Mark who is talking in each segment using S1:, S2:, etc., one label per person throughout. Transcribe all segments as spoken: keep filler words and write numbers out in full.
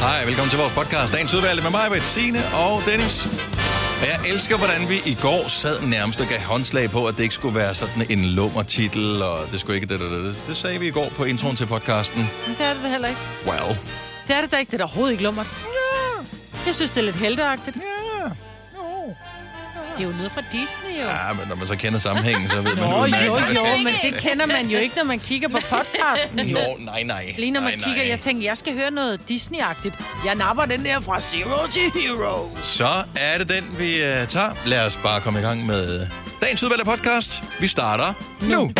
S1: Hej, velkommen til vores podcast. Dagens udvalgte med mig, Signe og Dennis. Og jeg elsker, hvordan vi i går sad nærmest og gav håndslag på, at det ikke skulle være sådan en lummertitel, og det skulle ikke det, det, det. Det sagde vi i går på introen til podcasten.
S2: Men det er det da heller ikke.
S1: Well.
S2: Det er det da ikke. Det er da overhovedet ikke lummert.
S1: Ja.
S2: Jeg synes, det er lidt helteagtigt.
S1: Ja. No.
S2: Det er jo noget fra Disney, jo.
S1: Ja, men når man så kender sammenhængen, så ved man
S2: Nå,
S1: udmærket,
S2: jo,
S1: hvad
S2: jo,
S1: det er.
S2: men det kender man jo ikke, når man kigger på podcasten. Jo.
S1: Nå, nej, nej.
S2: Lige når man
S1: nej,
S2: kigger,
S1: nej.
S2: jeg tænker, jeg skal høre noget Disney-agtigt. Jeg napper den der fra Zero to Hero.
S1: Så er det den, vi uh, tager. Lad os bare komme i gang med dagens udvalgte podcast. Vi starter nu. nu.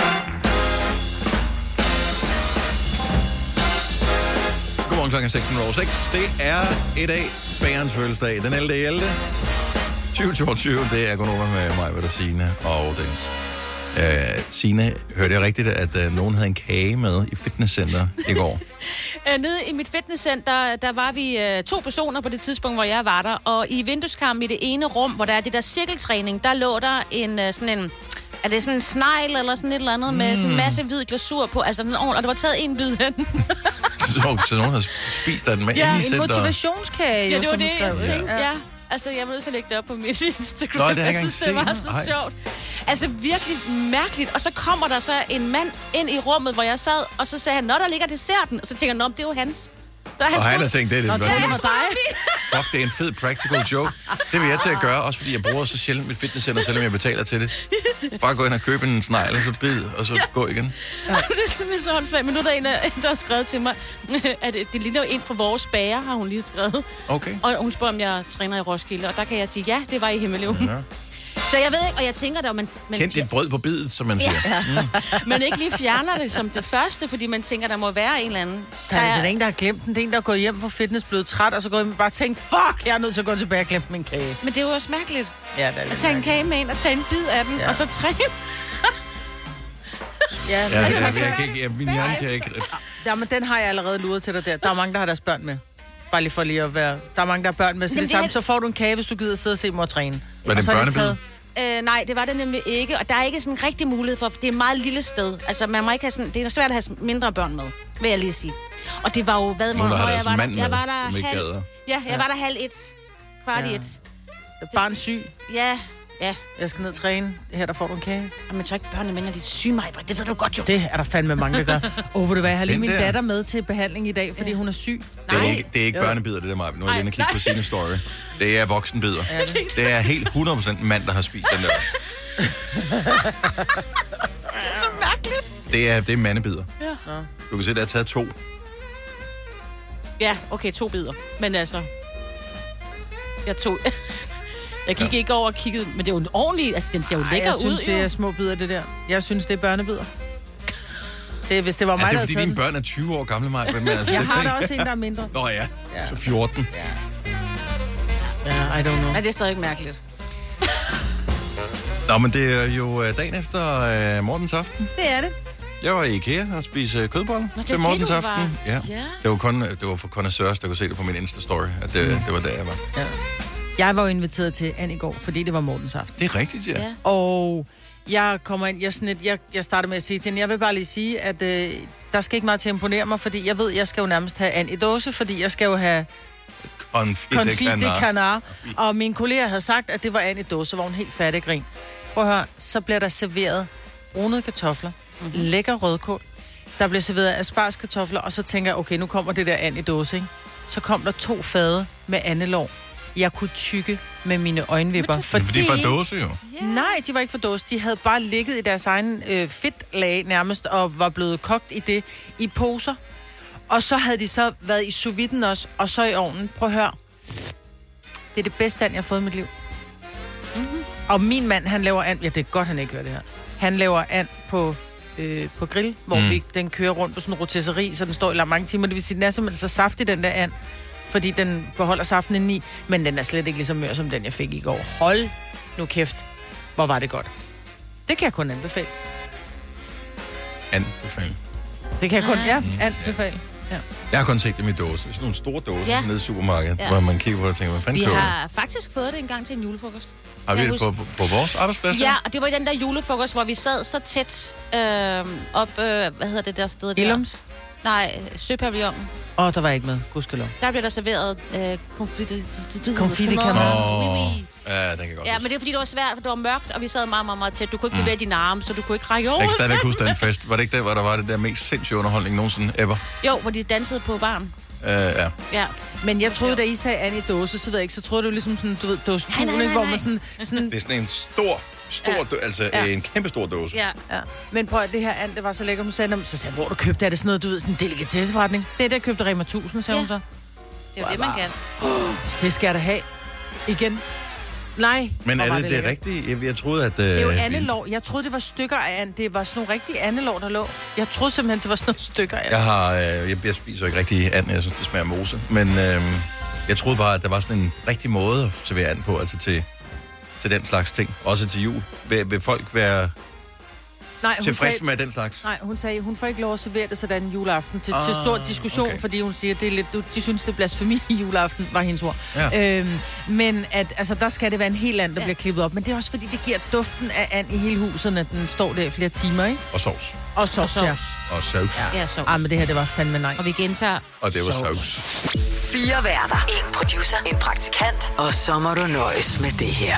S1: Godmorgen klokken seks minutter over seks. Det er i dag bagerens fødselsdag. Den ellevte ellevte tyve toogtyve. Det er Gunova med mig, Vedder, Signe og Dennis. Uh, Signe, hørte jeg rigtigt, at uh, nogen havde en kage med i fitnesscenter i går?
S2: Nede i mit fitnesscenter, der var vi uh, to personer på det tidspunkt, hvor jeg var der. Og i vindueskarmen i det ene rum, hvor der er det der cirkeltræning, der lå der en uh, sådan en... Er det sådan en snegl eller sådan et eller andet mm. med sådan en masse hvid glasur på? Altså sådan, og der var taget en bid af den.
S1: så, så nogen har spist af den med
S2: ja,
S1: inde i
S2: en motivationskage. Ja, det var det, jeg
S1: ja.
S2: tænkte, ja. Altså, jeg var nødt til at lægge det op på mit Instagram.
S1: Nå, det har jeg
S2: jeg synes, det var så
S1: Ej.
S2: sjovt. Altså, virkelig mærkeligt. Og så kommer der så en mand ind i rummet, hvor jeg sad, og så sagde han, nå, der ligger desserten. Og så tænker jeg, nå, det er jo hans. Der er hans
S1: og han
S2: ud.
S1: har tænkt, det er lidt
S2: Nå, det var dig.
S1: Fuck, det er en fed practical joke. Det vil jeg til at gøre, også fordi jeg bruger så sjældent mit fitnesscenter, selvom jeg betaler til det. Bare gå ind og købe en snegl, og så bid, og så ja. gå igen.
S2: Ja. Det er simpelthen så håndsvagt. Men nu er der en, der har skrevet til mig, at det ligner jo en fra vores bager, har hun lige skrevet.
S1: Okay.
S2: Og hun spørger, om jeg træner i Roskilde, og der kan jeg sige, ja, det var i Himmeløven. Ja. Så jeg ved ikke, og jeg tænker der, man... man
S1: Kendt dit brød på bidet, som man siger.
S2: Ja. Mm. Man ikke lige fjerner det som det første, fordi man tænker, der må være en eller anden...
S3: Der er, der er en, der har glemt den. Det er en, der går hjem fra fitness, blevet træt, og så går hjem og bare tænker, fuck, jeg er nødt til at gå tilbage og glemme min kage.
S2: Men det er jo også mærkeligt.
S3: Ja, det er
S2: at tage en kage med ind og tage en bid af den, ja. og så træne.
S3: ja,
S1: ja, det er, jeg kan ikke, jeg, min hjerne kan ikke...
S3: Ja, men den har jeg allerede luret til dig der. Der er mange, der har deres børn med. Bare lige for lige at være... Der er mange, der har børn med. Så det, det samme, så får du en kage, hvis du gider sidde og se mor træne.
S1: Var det en børnebid?
S2: Øh, nej, det var det nemlig ikke, og der er ikke sådan en rigtig mulighed for, det er et meget lille sted. Altså, man må ikke have sådan, det er svært at have mindre børn med, vil jeg lige sige. Og det var jo, hvad
S1: Nogen, der har
S2: jeg
S1: deres
S2: var
S1: mand
S2: der, jeg var der
S1: med, som ikke
S2: halv,
S1: gader.
S2: Ja, jeg ja. var der halv et, kvart ja. i et.
S3: Barn syg.
S2: Ja, ja.
S3: Jeg skal ned og træne. Her, der får du en kage.
S2: Men jeg tror ikke, børnene mener, de er syge mig. Det ved du godt jo.
S3: Det er der fandme mange, der gør. Åh, oh, vil du hvad, jeg har lige
S1: Den
S3: min
S1: der.
S3: datter med til behandling i dag, fordi ja. hun er syg.
S1: Det er ikke, det er ikke børnebider, det der, Maja. Nu er jeg inde og kigge på sine story. Det er voksenbider. Ja, det. det er helt hundrede procent mand, der har spist den der.
S2: Det er så mærkeligt.
S1: Det er, det er mandebider.
S2: Ja.
S1: Du kan se, der er taget to.
S2: Ja, okay, to bidder. Men altså... Jeg tog... Jeg gik ja. ikke over og kiggede, men det er jo en ordentlig... Altså, den ser jo
S3: Ej,
S2: lækker
S3: jeg
S2: ud,
S3: synes,
S2: jo.
S3: det er små bidder, det der. Jeg synes, det er børnebider. Det, hvis det var mig,
S1: ja, det er
S3: der
S1: fordi, dine børn er tyve år gamle, Maja. Men altså,
S3: jeg
S1: det
S3: har
S1: ikke...
S3: der også en, der er mindre.
S1: Nå ja,
S3: ja.
S1: så fjorten.
S3: Ja, ja I don't know.
S2: Men det er stadig mærkeligt.
S1: Nå, men det er jo dagen efter uh, Mortens aften.
S3: Det er det.
S1: Jeg var i IKEA og spiste kødboller
S2: Nå,
S1: til Mortens aften.
S2: Var.
S1: Ja.
S2: ja.
S1: Det var kun det var for connoisseurs, der kunne se det på min Insta-story, at det, mm. det var der, jeg var.
S3: Ja. Jeg var jo inviteret til Anne i går, fordi det var Mortens aften.
S1: Det er rigtigt, ja.
S3: ja. Og jeg kommer ind, jeg, sådan et, jeg, jeg starter med at sige til hende, jeg vil bare lige sige, at øh, der skal ikke meget til at imponere mig, fordi jeg ved, jeg skal jo nærmest have Anne i dåse, fordi jeg skal jo have
S1: confit,
S3: confit de canard. Og mine kolleger havde sagt, at det var Anne i dåse, så var hun helt fattig grin. Prøv at høre, så bliver der serveret brunede kartofler, mm-hmm. lækker rødkål, der bliver serveret aspargeskartofler, og så tænker jeg, okay, nu kommer det der Anne i dåse, ikke? Så kom der to fade med andelår. Jeg kunne tykke med mine øjenvipper.
S1: Fordi... Det er fra dåse, jo.
S3: Yeah. Nej, de var ikke fra dåse. De havde bare ligget i deres egen øh, fedtlag nærmest, og var blevet kogt i det, i poser. Og så havde de så været i sous viden også, og så i ovnen. Prøv at høre. Det er det bedste and, jeg har fået i mit liv. Mm-hmm. Og min mand, han laver and. Ja, det er godt, han ikke hører det her. Han laver and på, øh, på grill, hvor mm. vi, den kører rundt på sådan en rotisserie, så den står i mange timer. Det vil sige, den er simpelthen så saftig, den der and, fordi den beholder saften indeni, men den er slet ikke lige så mør som den, jeg fik i går. Hold nu kæft, hvor var det godt. Det kan jeg kun anbefale.
S1: Anbefale.
S3: Det kan jeg kun, ja, anbefale. Ja.
S1: Jeg har kun set dem i dåse. Sådan nogle store dåser ja. nede i supermarkedet, ja. hvor man kigger på det og tænker, hvad fanden
S2: Vi
S1: køber
S2: har faktisk fået det en gang til en julefrokost.
S1: Har vi det på, på, på vores arbejdsplads?
S2: Ja, og det var i den der julefrokost, hvor vi sad så tæt øh, op, øh, hvad hedder det der sted?
S3: Illums?
S2: Nej, Søpavillonen.
S3: Åh, oh, der var ikke med. Gudskelov.
S2: Der blev der serveret øh, konfiti...
S3: Konfiti kan man.
S1: Åh, oh, ja, den kan godt
S2: Ja, men det er fordi, det var svært, for det var mørkt, og vi sad meget, meget, meget tæt. Du kunne ikke bevæge mm. dine arme, så du kunne ikke række over.
S1: Jeg kan stadigvæk huske den fest. Var det ikke der, hvor der var det der mest sindssyge underholdning nogensinde ever?
S2: Jo, hvor de dansede på barn.
S1: Uh, ja.
S2: Ja.
S3: Men jeg troede, da I sagde Annie dåse, så ved jeg ikke, så troede det var ligesom sådan, du ved, dåse
S2: Nej, nej,
S3: tun,
S2: nej,
S3: ikke, hvor
S2: nej.
S3: man sådan... sådan
S1: Det er sådan en stor, stor,
S2: Ja.
S1: dø- altså
S3: Ja.
S1: en kæmpe stor dåse.
S2: Ja.
S3: ja. Men prøv at det her and, det var så lækkert, hun sagde, så sagde jeg, hvor du købte, er det sådan noget, du ved, sådan en delikatesseforretning? Det er det, jeg købte Rema tusind, sagde
S2: Ja.
S3: hun så.
S2: Det er jo det, man kan.
S3: Det skal jeg da have. Igen. Nej.
S1: Men
S3: hvor
S1: er
S3: var
S1: det det
S3: lækkert.
S1: rigtige? Jeg, jeg troede, at... Uh,
S3: Det er jo andelår. Jeg troede, det var stykker af and. Det var sådan nogle rigtige andelår, der lå. Jeg troede simpelthen, det var sådan nogle stykker af.
S1: Jeg har... Uh, jeg, jeg spiser ikke rigtig and, jeg synes, det smager af mose. Men uh, jeg troede bare, at der var sådan en rigtig måde at servere and på, altså til, til den slags ting. Også til jul. Vil, vil folk være
S3: Nej, hun
S1: tilfredse
S3: sagde,
S1: med den slags?
S3: nej, hun sagde, hun får ikke lov at servere det sådan en juleaften til, ah, til stor diskussion,
S1: okay.
S3: okay. fordi hun siger, det er lidt, du, de synes, det er blasfemi i juleaften, var hendes ord.
S1: Ja.
S3: Øhm, men at, altså, der skal det være en helt and, der
S2: Ja.
S3: bliver klippet op. Men det er også fordi, det giver duften af and i hele huset, når den står der i flere timer, ikke?
S1: Og sovs.
S3: Og så
S2: Og sovs.
S1: Og sauce. Ja.
S2: Ja, så.
S3: Ah, men det her, det var fandme nice.
S2: Og vi gentager.
S1: Og det var
S3: Sovs.
S1: sauce.
S4: Fire værter. En producer. En praktikant. Og så må du nøjes med det her.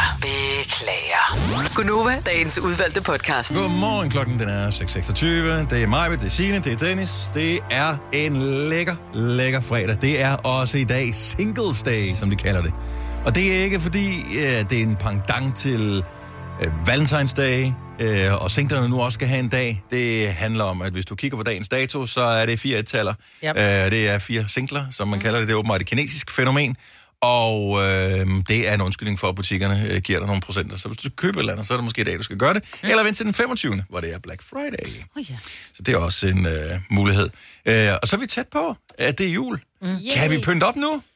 S4: Beklager. Gunova, dagens udvalgte podcast.
S1: Godmorgen, klokken den er seks seksogtyve. Det er mig, det er Signe, det er Dennis. Det er en lækker, lækker fredag. Det er også i dag Singles Day, som de kalder det. Og det er ikke fordi, øh, det er en pendant til øh, Valentinsdag, øh, og singlerne nu også skal have en dag. Det handler om, at hvis du kigger på dagens dato, så er det fire ettaller.
S3: Yep.
S1: Øh, det er fire singler, som man kalder det. Det er åbenbart et kinesisk fænomen. Og øh, det er en undskyldning for, at butikkerne øh, giver dig nogle procenter. Så hvis du køber et eller andet, så er det måske i dag, du skal gøre det. Mm. Eller vent til den femogtyvende, hvor det er Black Friday.
S2: Oh, ja.
S1: Så det er også en øh, mulighed. Øh, og så er vi tæt på, at det er jul. Mm. Kan vi pynte op nu?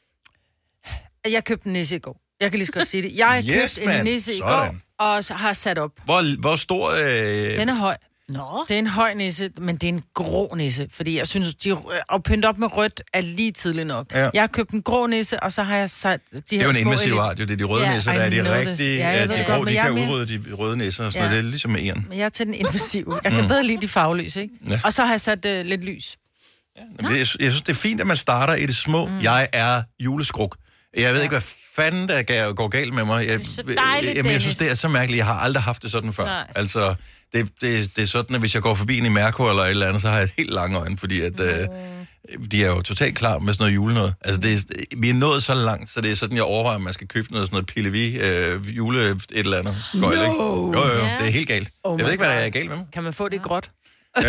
S3: Jeg købte en nisse i går. Jeg kan lige så godt sige det. Jeg
S1: Yes,
S3: købte
S1: man.
S3: en nisse i
S1: Sådan.
S3: går, og så har sat op.
S1: Hvor, hvor stor... Øh...
S3: Den er høj.
S2: Nå.
S3: Det er en høj nisse, men det er en grå nisse, fordi jeg synes, de, at pynte op med rødt er lige tidligt nok.
S1: Ja.
S3: Jeg har købt en grå nisse, og så har jeg sat de her
S1: Det er jo en
S3: små
S1: invasiv
S3: ele-
S1: art, jo. Det er de røde
S3: Ja,
S1: nisser,
S3: I
S1: der er de
S3: know this.
S1: rigtige.
S3: Ja, jeg
S1: Ja,
S3: ved
S1: de,
S3: det godt,
S1: grå,
S3: men
S1: de
S3: jeg
S1: kan
S3: er mere-
S1: udrydde de røde nisser og sådan
S3: Ja.
S1: noget. Det er ligesom med æren.
S3: Men jeg er til den invasive. Jeg kan bedre lide de farveløse, ikke?
S1: Ja.
S3: Og så har jeg sat uh, lidt lys.
S1: Men det, jeg synes, det er fint, at man starter i det små. Mm. Jeg er juleskruk. Jeg ved ikke, hvad fanden der ga- går galt med mig. Jeg,
S2: Det er så dejligt,
S1: jamen, jeg synes,
S2: Dennis.
S1: det er så mærkeligt. Jeg har aldrig haft det sådan før.
S2: Nej.
S1: Altså, det, det, det er sådan, at hvis jeg går forbi en i Mærko eller et eller andet, så har jeg et helt lange øjne, fordi at, øh, de er jo totalt klar med sådan noget julenød. Altså, det er, vi er nået så langt, så det er sådan, jeg overvejer, at man skal købe noget sådan noget pillevi, øh, jule et eller andet. Gøjl,
S3: No.
S1: ikke? Jo, jo, jo,
S2: Ja.
S1: det er helt galt.
S3: Oh
S1: jeg ved
S3: my
S1: ikke, hvad der
S3: God.
S1: er galt med mig.
S3: Kan man få det i gråt?
S1: Øh,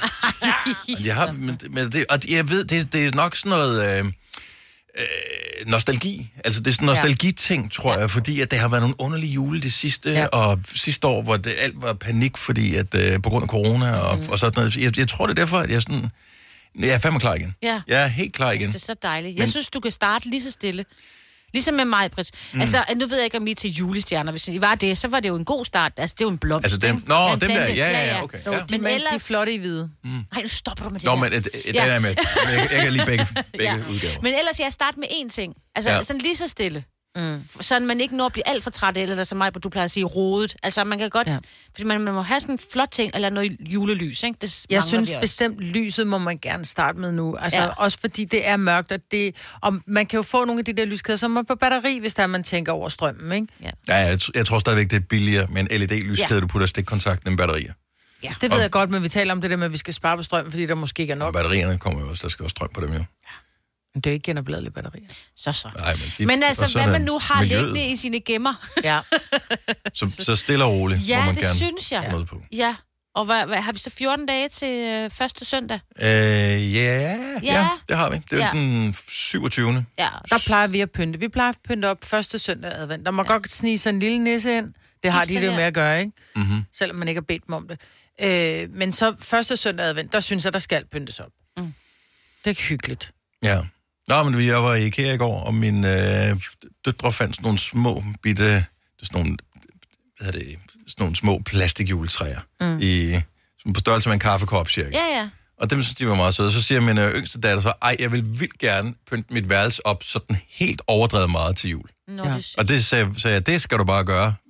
S1: jeg har, men, men det, og jeg ved, det, det er nok sådan noget... Øh, øh, nostalgi. Altså, det er sådan en nostalgiting, tror
S2: Ja.
S1: jeg, fordi at det har været nogle underlige jule det sidste,
S3: Ja.
S1: og sidste år, hvor det alt var panik, fordi at øh, på grund af corona og, mm. og sådan noget. Jeg, jeg tror, det er derfor, at jeg er sådan... Jeg er fandme klar igen.
S2: Ja.
S1: Jeg er helt klar igen.
S2: Det er så dejligt.
S1: Men-
S2: Jeg synes, du kan starte lige så stille. Ligesom med mig, Britt. Mm. Altså, nu ved jeg ikke, om I er til julestjerner. Hvis I var det, så var det jo en god start. Altså, det er jo en blomst.
S1: Altså, dem,
S2: ikke?
S1: nå,
S2: Ja,
S1: dem
S2: den
S1: der, ja, ja, ja, okay.
S3: Jo,
S1: Ja.
S3: de,
S2: Men
S3: men
S2: ellers-
S3: de er flotte i hvide.
S2: Nej, nu stopper du med det
S1: Nå,
S2: der.
S1: men et, et,
S2: Ja.
S1: den er med. Jeg, jeg kan lide begge, begge
S2: Ja.
S1: udgaver.
S2: Men ellers, jeg starter med én ting. Altså,
S1: Ja.
S2: ja. sådan lige så stille. Mm. Sådan man ikke når at blive alt for træt, eller som mig, du plejer at sige, rodet. Altså, man kan godt...
S3: Ja.
S2: Ja. Fordi man, man må have sådan en flot ting, eller noget julelys, ikke? Det
S3: Jeg
S2: mangler
S3: synes
S2: vi også.
S3: bestemt, lyset må man gerne starte med nu. Altså,
S2: Ja.
S3: ja. Også fordi det er mørkt, og, det, og man kan jo få nogle af de der lyskæder, som er på batteri, hvis der man tænker over strømmen, ikke?
S2: Ja.
S1: Ja, jeg, jeg tror stadigvæk, det er billigere med en L E D-lyskæde,
S2: Ja.
S1: du putter stikkontakten end batterier.
S2: Ja.
S3: Det ved jeg godt, men vi taler om det der med, at vi skal spare på strøm, fordi der måske ikke er
S1: Og
S3: nok.
S1: batterierne kommer jo også, der skal også strøm på dem jo.
S3: Men det er jo ikke genopladelige batterier.
S2: Så så.
S1: Nej, men, de,
S2: Men
S1: og
S2: altså,
S1: så er
S2: hvad
S1: der
S2: man nu har
S1: miljøet.
S2: liggende i sine gemmer.
S3: Ja.
S1: Så, så stille og roligt må
S2: Ja,
S1: man
S2: det
S1: gerne
S2: synes jeg.
S1: noget på.
S2: Ja. Og hvad, hvad, har vi så fjorten dage til øh, første søndag?
S1: Øh, ja, ja, ja, det har vi. Det er
S2: Ja.
S1: ja. den syvogtyvende
S2: Ja.
S3: Der plejer vi at pynte. Vi plejer at pynte op første søndag advent. Der må ja. godt snige sig en lille nisse ind. Det har de det jo med at gøre, ikke?
S1: Mm-hmm.
S3: Selvom man ikke har bedt dem om det. Øh, men så første søndag advent, der synes jeg, der skal pyntes op. Mm. Det er hyggeligt.
S1: Ja. Nå, men jeg var i IKEA i går, og mine øh, døtre fandt sådan nogle små bitte, sådan nogle, hvad hedder det, sådan nogle små plastikjuletræer, mm. i, som på størrelse med en kaffekop, cirka.
S2: Ja, ja.
S1: Og dem synes de var meget søde. Så siger min øh, yngste datter så, ej, jeg vil vildt gerne pynte mit værelse op sådan helt overdrevet meget til jul.
S2: Nå,
S3: Ja.
S2: det er sygt.
S1: Og det sagde, sagde jeg, det skal du bare gøre.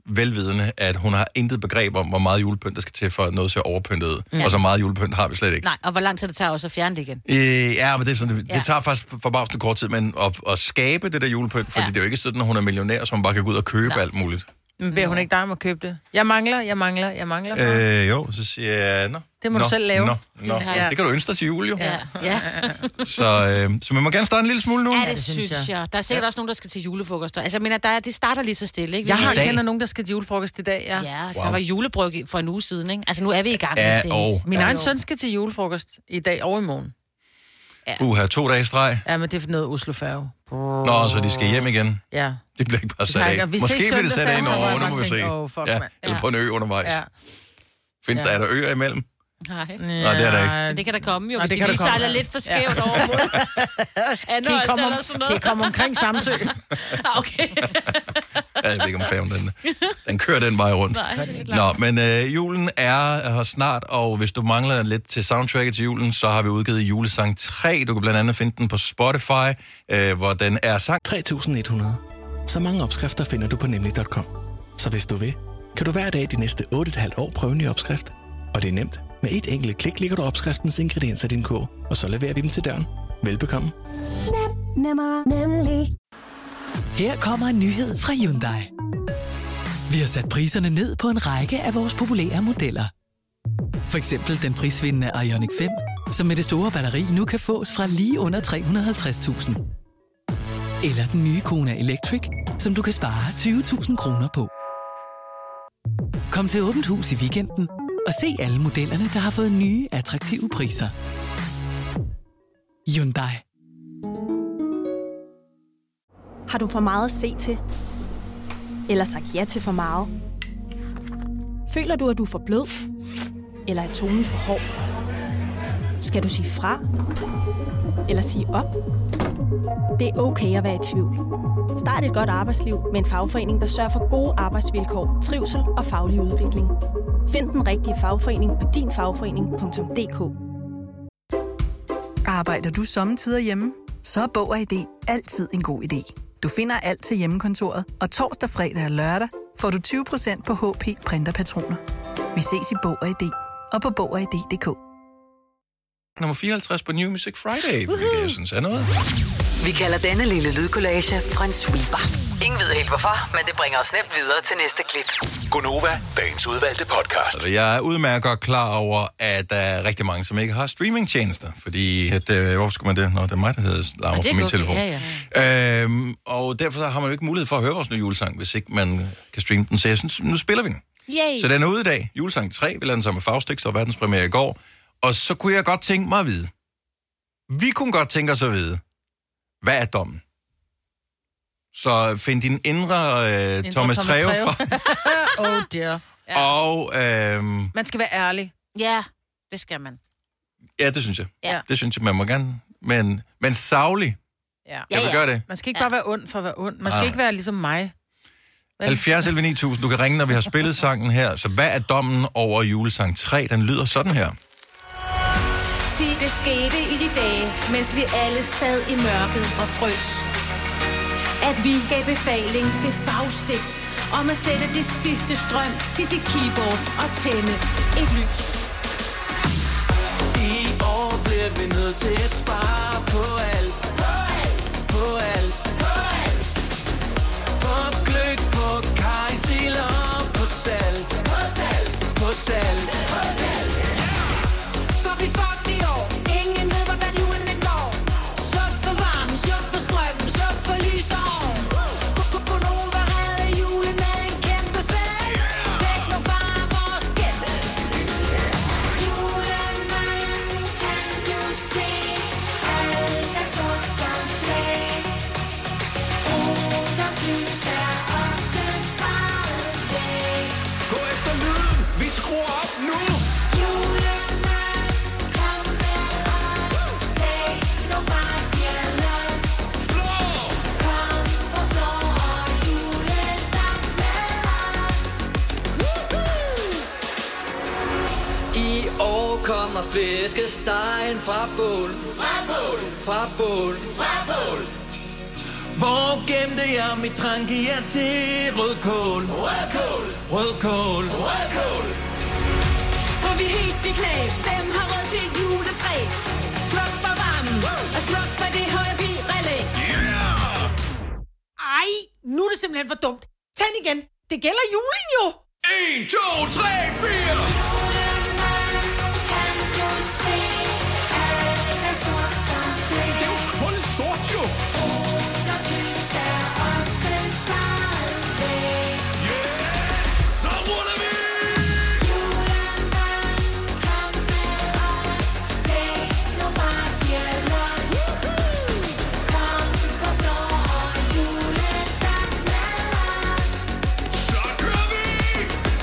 S1: velvidende, at hun har intet begreb om, hvor meget julepynt der skal til, for at noget ser overpyntet ud. Ja. Og så meget julepynt har vi slet ikke.
S2: Nej, og hvor lang tid det tager også at fjerne det igen?
S1: Øh, ja, men det, er sådan, det,
S2: ja.
S1: det tager faktisk forbavsende kort tid, men at, at skabe det der julepynt, fordi ja. det er jo ikke sådan, at hun er millionær, så hun bare kan gå ud og købe Nej. alt muligt.
S3: Men beder hun ikke dig om at købe det? Jeg mangler, jeg mangler, jeg mangler.
S1: Øh, jo, så siger jeg, nå.
S3: Det må
S1: nå,
S3: du selv lave.
S1: Nå, nå. Ja. Det kan du ønske dig til jul, jo.
S2: Ja. ja.
S1: så, øh, så man må gerne starte en lille smule nu.
S2: Ja, det, det synes jeg. jeg. Der er sikkert ja. også nogen, der skal til julefrokoster. Altså, jeg mener, der er, de starter lige så stille, ikke?
S3: Jeg har kender nogen, der skal til julefrokost i dag, ja.
S2: Ja, wow. Der var julebryg for en uge siden, ikke? Altså, nu er vi i gang
S1: ja,
S2: med det.
S1: Og,
S3: Min
S1: ja,
S3: egen
S1: jo.
S3: søn skal til julefrokost i dag og i morgen.
S1: Ja. Uha, to dage streg.
S3: Ja, men det er noget Oslo-færge.
S1: Nå, så de skal hjem igen.
S3: Ja.
S1: Det bliver ikke bare sat af. Måske bliver det sat af i Norge, nu må vi se. Oh, fuck, ja, eller på en ø undervejs. Ja. Findes ja. der, er der øer imellem?
S2: Nej.
S1: Ja. Nej, det er der ikke.
S2: Men det kan der komme jo,
S3: Nå,
S2: hvis
S3: det
S2: de lige sejler lidt for skævt ja. over mod Anholdt
S3: komme
S2: eller sådan noget.
S3: Kan I komme omkring Samsø?
S2: Okay.
S1: ja, jeg ved ikke om færgen, den, den kører den vej rundt. Nej, Nå, men øh, julen er her snart, og hvis du mangler lidt til soundtracket til julen, så har vi udgivet julesang tre. Du kan blandt andet finde den på Spotify, øh, hvor den er sang
S5: tre tusind et hundrede. Så mange opskrifter finder du på nemlig punktum com. Så hvis du vil, kan du hver dag de næste otte komma fem år prøve en ny opskrift. Og det er nemt. Med et enkelt klik ligger du opskriftens ingredienser i din kog, og så leverer vi dem til døren. Velbekomme.
S6: Nem, nemmer, nemlig.
S7: Her kommer en nyhed fra Hyundai. Vi har sat priserne ned på en række af vores populære modeller. For eksempel den prisvindende Ioniq fem, som med det store batteri nu kan fås fra lige under tre hundrede og halvtreds tusind. Eller den nye Kona Electric, som du kan spare tyve tusind kroner på. Kom til Åbent Hus i weekenden og se alle modellerne, der har fået nye, attraktive priser. Hyundai.
S6: Har du for meget at se til? Eller sagt ja til for meget? Føler du, at du er for blød? Eller er tonen for hård? Skal du sige fra? Eller sige op? Det er okay at være i tvivl. Start et godt arbejdsliv med en fagforening, der sørger for gode arbejdsvilkår, trivsel og faglig udvikling. Find den rigtige fagforening på din fagforening punktum d k.
S8: Arbejder du sommetider hjemme? Så er Bog og I D altid en god idé. Du finder alt til hjemmekontoret, og torsdag, fredag og lørdag får du tyve procent på H P printerpatroner. Vi ses i Bog og I D og på bog og i d punktum d k.
S1: Nummer fireoghalvtreds på New Music Friday, hvilket jeg synes er noget.
S4: Vi kalder denne lille lydkollage en sweeper. Ingen ved helt hvorfor, men det bringer os nemt videre til næste klip.
S5: Gonova, dagens udvalgte podcast.
S1: Altså, jeg er udmærket godt klar over, at der er rigtig mange, som ikke har streamingtjenester. Fordi, at, øh, hvorfor skulle man det? Nå, det er mig, der hedder larmer på min okay. telefon. Ja, ja. Øhm, og derfor har man jo ikke mulighed for at høre vores nye julesang, hvis ikke man kan streame den. Så jeg synes, nu spiller vi den.
S2: Yay. Så
S1: den er ude i dag. Julesang tre, vi lavede den sammen med Faustix, og verdenspremiere i går. Og så kunne jeg godt tænke mig at vide. Vi kunne godt tænke os at vide, hvad er dommen? Så find din indre, øh, indre Thomas Treve fra.
S3: Oh dear.
S1: Ja. Og, øhm,
S3: man skal være ærlig.
S2: Ja, det skal man.
S1: Ja, det synes jeg.
S2: Ja.
S1: Det synes jeg, man må gerne. Men, men saglig.
S3: Ja.
S1: Jeg vil
S2: ja, ja.
S1: gøre det.
S3: Man skal ikke bare være ond for at være ond. Man skal ah. ikke være ligesom mig. Vel?
S1: halvfjerds elleve ni tusind. Du kan ringe, når vi har spillet sangen her. Så hvad er dommen over julesang tre? Den lyder sådan her.
S2: Det skete i de dage, mens vi alle sad i mørket og frøs. At vi gav befaling til Faustix om at sætte det sidste strøm til sit keyboard og tænde et lys.
S9: I år bliver vi nødt til at spare på alt. På alt. På alt. På alt. På gløgg, på kajsild og på salt. På salt. På salt. På salt. For vi får i år. Ingen ved, hvordan julen den går. Sluk for varme, sluk for strøm, sluk for lys og ovn. På nogen var redde julen med en kæmpe fest. Teknofar er vores gæst. Julemanden, kan du se? Alt er sort som blæ. Ruders lys er også sparet væk. Gå efter lyden, vi skruer op nu. Kommer flæskestegen fra bål, fra bål, fra bål, fra bål. Hvor gemte jeg mit tranke ja til rødkål? Rødkål, rødkål, rødkål.
S10: For vi helt i knæ, dem har råd til et juletræ. Sluk for varmen, og sluk for det høje vi-relæ.
S3: Ej, nu er det simpelthen for dumt. Tænd igen. Det gælder julen jo.
S1: en, to, tre, fire.
S9: Det er jo kun sort jo. Så ruller vi. Så kører vi.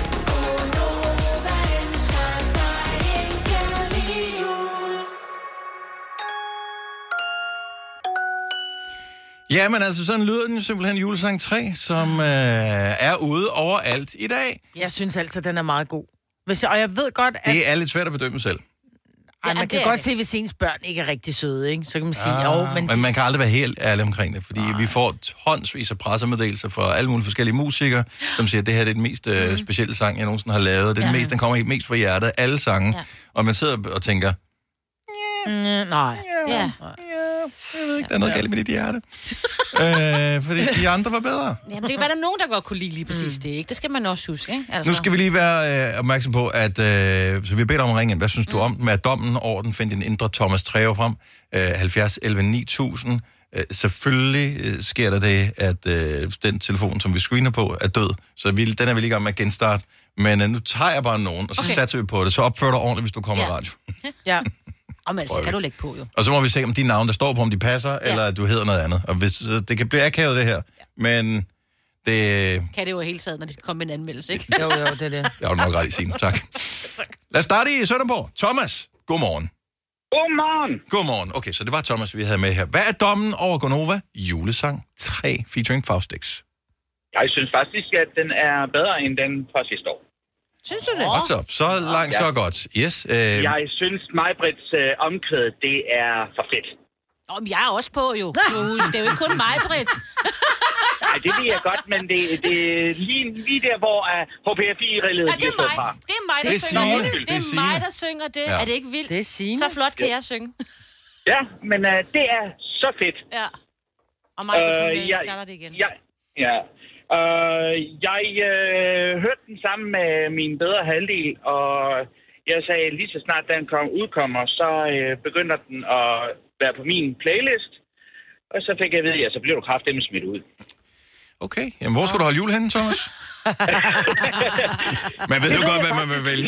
S1: Ja, men altså, sådan lyder den jo simpelthen julesang tre, som øh, er ude overalt i dag.
S3: Jeg synes altså, den er meget god. Hvis jeg, og jeg ved godt, at...
S1: Det er lidt svært at bedømme selv.
S3: Ej, man
S2: Ja,
S3: kan
S2: det er
S3: godt
S2: det.
S3: se, hvis ens børn ikke er rigtig søde, ikke? Så kan man sige,
S1: Ah,
S3: jo, men...
S1: men man kan aldrig være helt ærlig omkring det, fordi Ej. vi får tonsvis af pressemeddelelser fra alle mulige forskellige musikere, som siger, at det her er den mest øh, mm. specielle sang, jeg nogensinde har lavet. Det er ja. den, mest, den kommer helt mest fra hjertet, alle sange. Ja. Og man sidder og tænker,
S3: Mm, nej.
S2: Ja.
S1: jeg ved ikke, der er noget galt med dit hjerte. øh, fordi de andre var bedre.
S2: Jamen, det kan være, der er nogen, der godt kunne lide lige præcis mm. det, ikke? Det skal man også huske, ikke? Altså.
S1: Nu skal vi lige være øh, opmærksom på, at øh, så vi beder om at ringe ind. Hvad synes du om den? Med dommen over den, find din indre Thomas Treve frem. Øh, halvfjerds elleve ni tusind. Øh, selvfølgelig øh, sker der det, at øh, den telefon, som vi screener på, er død. Så vi, den er vi lige i gang med at genstarte. Men øh, nu tager jeg bare nogen, og så okay. satser vi på det. Så opfør dig ordentligt, hvis du kommer i
S2: Ja.
S1: radio.
S3: Ja.
S2: Og men, så kan du lægge på, jo.
S1: Og så må vi se, om de navne, der står på, om de passer, ja. eller at du hedder noget andet. Og hvis, øh, det kan blive akavet, det her. Ja. Men det...
S2: Kan det jo hele taget, når de skal komme med en anmeldelse, ikke?
S3: Jo, jo, det er det.
S1: Det har du nok ret i, Signe. Tak. Lad os starte i Sønderborg. Thomas, godmorgen.
S11: Godmorgen.
S1: Godmorgen. Okay, så det var Thomas, vi havde med her. Hvad er dommen over Gonova julesang tre featuring Faustix?
S11: Jeg synes faktisk, at den er bedre end den fra sidste år.
S3: Synes du det?
S1: Godt så. Så langt,
S11: Ja.
S1: så godt. Yes. Øh,
S11: Jeg synes, Majbrits øh, omkvæd, det er for fedt.
S2: Nå, men jeg er også på, jo. Det er jo ikke kun mig, Britt.
S11: Nej, det ved jeg godt, men det, det er lige, lige der, hvor uh, H P F I-rillet
S2: Ja, det er mig. Det er mig, der
S1: Det er
S2: synger
S1: Signe.
S2: det.
S1: Det
S2: Det
S1: er
S2: er
S1: Signe.
S2: mig, der synger det.
S1: Ja.
S2: Er det ikke vildt?
S3: Det er Signe.
S2: Så flot kan jeg synge.
S11: Ja, men uh, det er så fedt.
S2: Ja. Og mig,
S11: Øh,
S2: uh,
S11: jeg,
S2: starter det igen.
S11: jeg, ja. Uh, jeg uh, hørte den sammen med min bedre halvdel, og jeg sagde, lige så snart den kom, udkommer, så uh, begynder den at være på min playlist. Og så fik jeg at vide, at så bliver du kraftedeme smidt ud.
S1: Okay. Jamen, hvor skal du holde jul henne, Thomas? Man ved jo godt, hvad man vil vælge.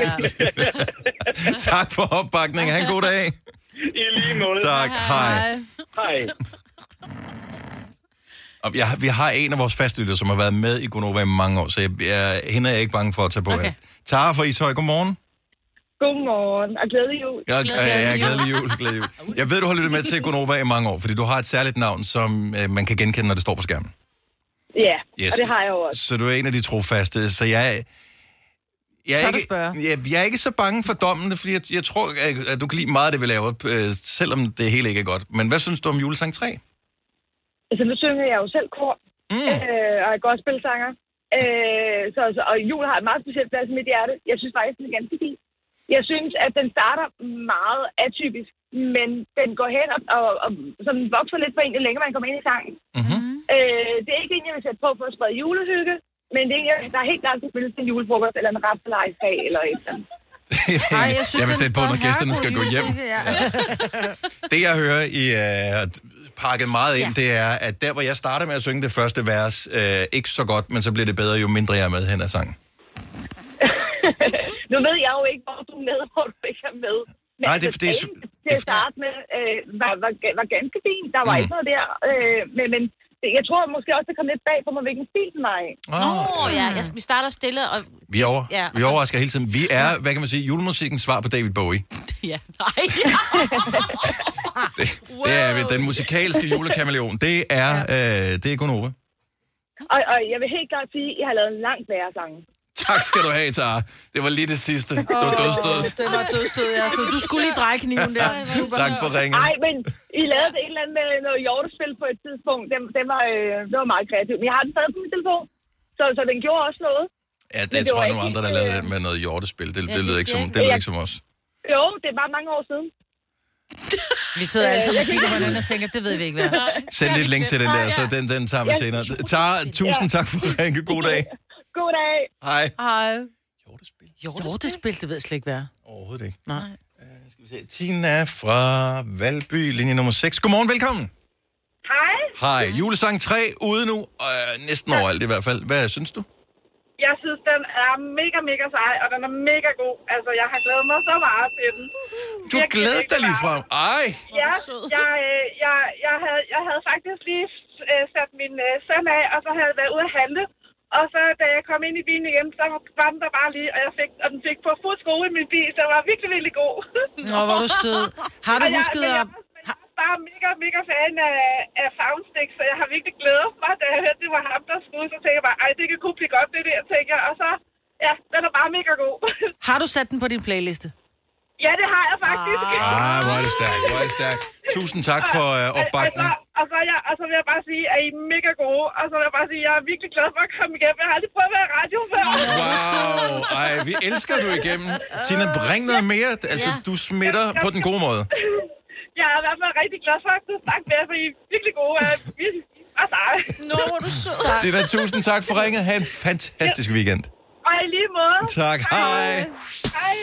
S1: Tak for opbakningen. Ha' en god dag.
S11: I lige måde.
S1: Tak. Hej.
S11: Hej.
S1: Og jeg, vi har en af vores fastlyttere, som har været med i Gonova i mange år, så jeg, jeg, hende er jeg ikke bange for at tage på okay. her. Tara fra Ishøj, godmorgen.
S12: Godmorgen, og glædelig jul.
S1: Jeg, jeg, jeg er glædelig jul, glædelig jul. Jeg ved, du har lyttet med til Gonova i mange år, fordi du har et særligt navn, som øh, man kan genkende, når det står på skærmen.
S12: Ja,
S1: Yes.
S12: og det har jeg jo også.
S1: Så du er en af de trofaste, så jeg, jeg, er, ikke, jeg, jeg er ikke så bange for dommen, fordi jeg, jeg tror, at du kan lide meget af det, vi laver, øh, selvom det hele ikke er godt. Men hvad synes du om julesang tre?
S12: Altså, nu synger jeg jo selv kor, mm. øh, og er gospelsanger. Øh, så, så, og jul har et meget specielt plads i mit hjerte. Jeg synes faktisk, den er ganske fin. Jeg synes, at den starter meget atypisk, men den går hen og, og, og som vokser lidt på en, jo længere man kommer ind i sangen.
S1: Mm-hmm.
S12: Øh, det er ikke en, jeg vil sætte på for at sprede julehygge, men det er en, der er helt klart selvfølgelig til en julefrokost, eller en rapselejsdag, eller et eller andet.
S3: Ej, jeg synes,
S1: jeg vil
S3: den
S1: sætte på, når
S3: får
S1: gæsterne skal gå hjem.
S3: herregud ja.
S1: Det, jeg hører i uh, pakket meget ind, ja. det er, at der, hvor jeg starter med at synge det første vers, uh, ikke så godt, men så bliver det bedre, jo mindre jeg er med hen ad sangen.
S12: Nu ved jeg jo ikke, hvor du er med, hvor du ikke er med. Men
S1: Nej, det er fordi...
S12: til at starte med, øh, var, var, var ganske fint. Der var mm. ikke noget der. Øh, men, men jeg tror måske også, det kom lidt bag på mig, hvilken stil den var i.
S2: Åh, oh, oh, ja. Jeg, vi starter stille, og...
S1: Vi, over,
S2: ja,
S1: vi overrasker hele tiden. Vi er, hvad kan man sige, julemusikkens svar på David Bowie.
S2: Ja, nej.
S1: det, det er den musikalske julekameleon. Det er, ja. øh, det er Gonova.
S12: Og, og jeg vil helt klart sige, at jeg har lavet en langt værre sang.
S1: Tak skal du have, Tara. Det var lige det sidste. Det var dødstød.
S3: Det var dødstød, ja. Du, du skulle lige dreje kniven der.
S1: Tak for ringet.
S12: Nej, men I lavede et eller andet med noget hjortespil på et tidspunkt. Det, det, var, øh, det var meget kreativt. Men jeg har den stadig på min telefon, så, så den gjorde også noget.
S1: Ja, det, det tror jeg nogle andre, der lavede den med noget hjortespil. Det, det lyder ikke som, det lyder ikke som os.
S12: Jo, det er bare mange år siden.
S3: Vi sidder alle sammen og kigger på den og tænker, det ved vi ikke, hvad.
S1: Send et link til den der, så den, den tager vi senere. Tara, tusind tak for at ringe. God dag.
S12: God dag.
S1: Hej.
S3: Hej. Hjortespil? Hjortespil, det ved jeg slet ikke, hvad er.
S1: Overhovedet ikke.
S3: Nej.
S1: Uh, skal vi se. Tina fra Valby, linje nummer seks. Godmorgen, velkommen.
S12: Hej.
S1: Hej. Julesang tre ude nu, uh, næsten overalt i hvert fald. Hvad synes du?
S12: Jeg synes, den er mega, mega sej, og den er mega god. Altså, jeg har glædet mig så meget til den.
S1: Du har glædet dig lige frem. Ej.
S12: Ja, jeg, øh, jeg, jeg, havde, jeg havde faktisk lige øh, sat min øh, søn af, og så havde jeg været ude at handle. Og så, da jeg kom ind i bilen igen, så var den der bare lige, og, jeg fik, og den fik på fuld skrue i min bil, så den var virkelig, virkelig god.
S3: Nå, hvor er du sød. Har du
S12: Og jeg-
S3: husket
S12: men
S3: at...
S12: jeg, jeg er bare mega, mega fan af, af Soundstick, så jeg har virkelig glædet mig, da jeg hørte, det var ham, der skulle. Så tænkte jeg bare, ej, det kan kunne blive godt, det der, tænker jeg. Og så, ja, den er bare mega god.
S3: Har du sat den på din playliste?
S12: Ja, det har jeg faktisk.
S1: Ah, hvor er det stærkt, hvor er det stærkt. Tusind tak for uh, opbakningen.
S12: Og, og, så, ja, og så vil jeg bare sige, at I er mega gode. Og så vil jeg bare sige, at jeg er virkelig glad for at komme igennem. Jeg har aldrig prøvet at være i radio før.
S1: Wow, ej, vi elsker du igennem. Tina, bring noget mere. Altså, du smitter på den gode måde.
S12: Jeg er i hvert fald rigtig glad for at kunne snakke med jer, for I er virkelig gode. Jeg er virkelig og seje.
S2: Nå, hvor er du sød.
S1: Tina, tusind tak for ringet. Ha' en fantastisk weekend.
S12: Og i lige måde.
S1: Tak, hej.
S12: Hej.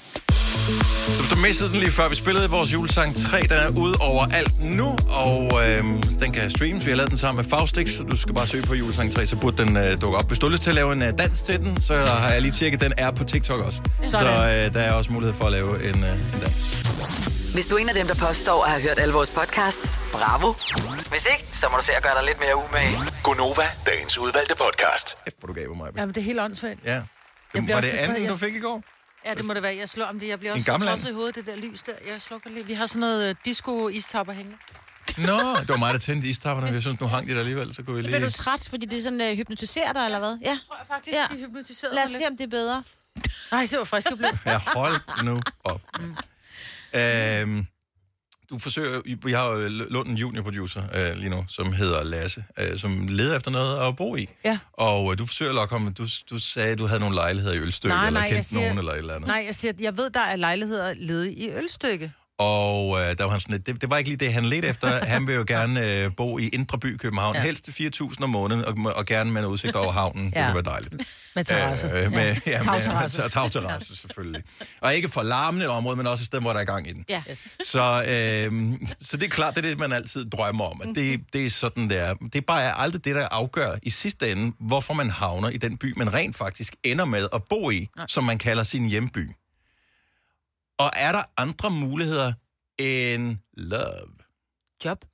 S1: Så hvis du mistede den lige før, vi spillede vores julesang tre, den er ude over alt nu, og øhm, den kan streames. Vi har lavet den sammen med Faustix, så du skal bare søge på julesang tre, så burde den øh, dukke op. Hvis du har lyst til at lave en øh, dans til den, så har jeg lige tjekket, den er på TikTok også. Så øh, der er også mulighed for at lave en, øh, en dans.
S4: Hvis du er en af dem, der påstår at have hørt alle vores podcasts, bravo. Hvis ikke, så må du se at gøre dig lidt mere umage.
S13: Gonova, dagens udvalgte podcast.
S1: F, hvor du gav på mig.
S3: Jamen, det er helt åndssvagt.
S1: Ja.
S3: Jeg bliver
S1: Var
S3: også
S1: det
S3: distraheret.
S1: anden, du
S3: Jeg-
S1: fik i går?
S3: Ja, det må det være. Jeg slår om det. Jeg bliver
S1: En
S3: også
S1: gammel
S3: tosset i hovedet, det der lys der. Jeg slukker lige. Vi har sådan noget uh, disco-istapper hængende.
S1: Nå, det var mig, der tændte istapperne. Jeg synes, nu hang de der alligevel, så kunne vi lige...
S2: Bliver du træt, fordi det sådan uh, hypnotiserer dig, eller hvad? Ja. Jeg
S3: tror jeg faktisk,
S2: ja.
S3: de hypnotiserede
S2: Lad os
S3: mig
S2: se,
S3: lidt.
S2: om det er bedre.
S3: Nej, se hvor frisk jeg blev.
S1: Ja, hold nu op. Mm. Øhm, du forsøger... Vi har jo lånt en juniorproducer øh, lige nu, som hedder Lasse, øh, som leder efter noget at bo i.
S3: Ja.
S1: Og øh, du forsøger at lokke ham... Du, du sagde, at du havde nogle lejligheder i Ølstykke,
S3: Nej,
S1: eller
S3: nej, jeg
S1: kendte
S3: siger-
S1: nogen, eller et eller andet.
S3: Nej, jeg siger, at jeg ved, der er lejligheder ledige i Ølstykke.
S1: Og øh, der var han sådan, lidt- det, det var ikke lige det, han ledte efter. Han vil jo gerne øh, bo i Indre By, København. Ja. Helst fire tusind om måneden, og, og gerne med en udsigt over havnen. Ja. Det
S3: Ja.
S1: kunne være dejligt.
S3: Med terrasse.
S1: Øh, med,
S3: Ja.
S1: ja,
S3: Tagterrasse.
S1: med tagterrasse, selvfølgelig. Og ikke for larmende område, men også et sted, hvor der er gang i den.
S2: Ja.
S1: Så, øh, så det er klart, det er det, man altid drømmer om. At det, det er sådan, det er. Det er bare aldrig det, der afgør i sidste ende, hvorfor man havner i den by, man rent faktisk ender med at bo i,
S3: Nej.
S1: som man kalder sin hjemby. Og er der andre muligheder end love?
S3: Job.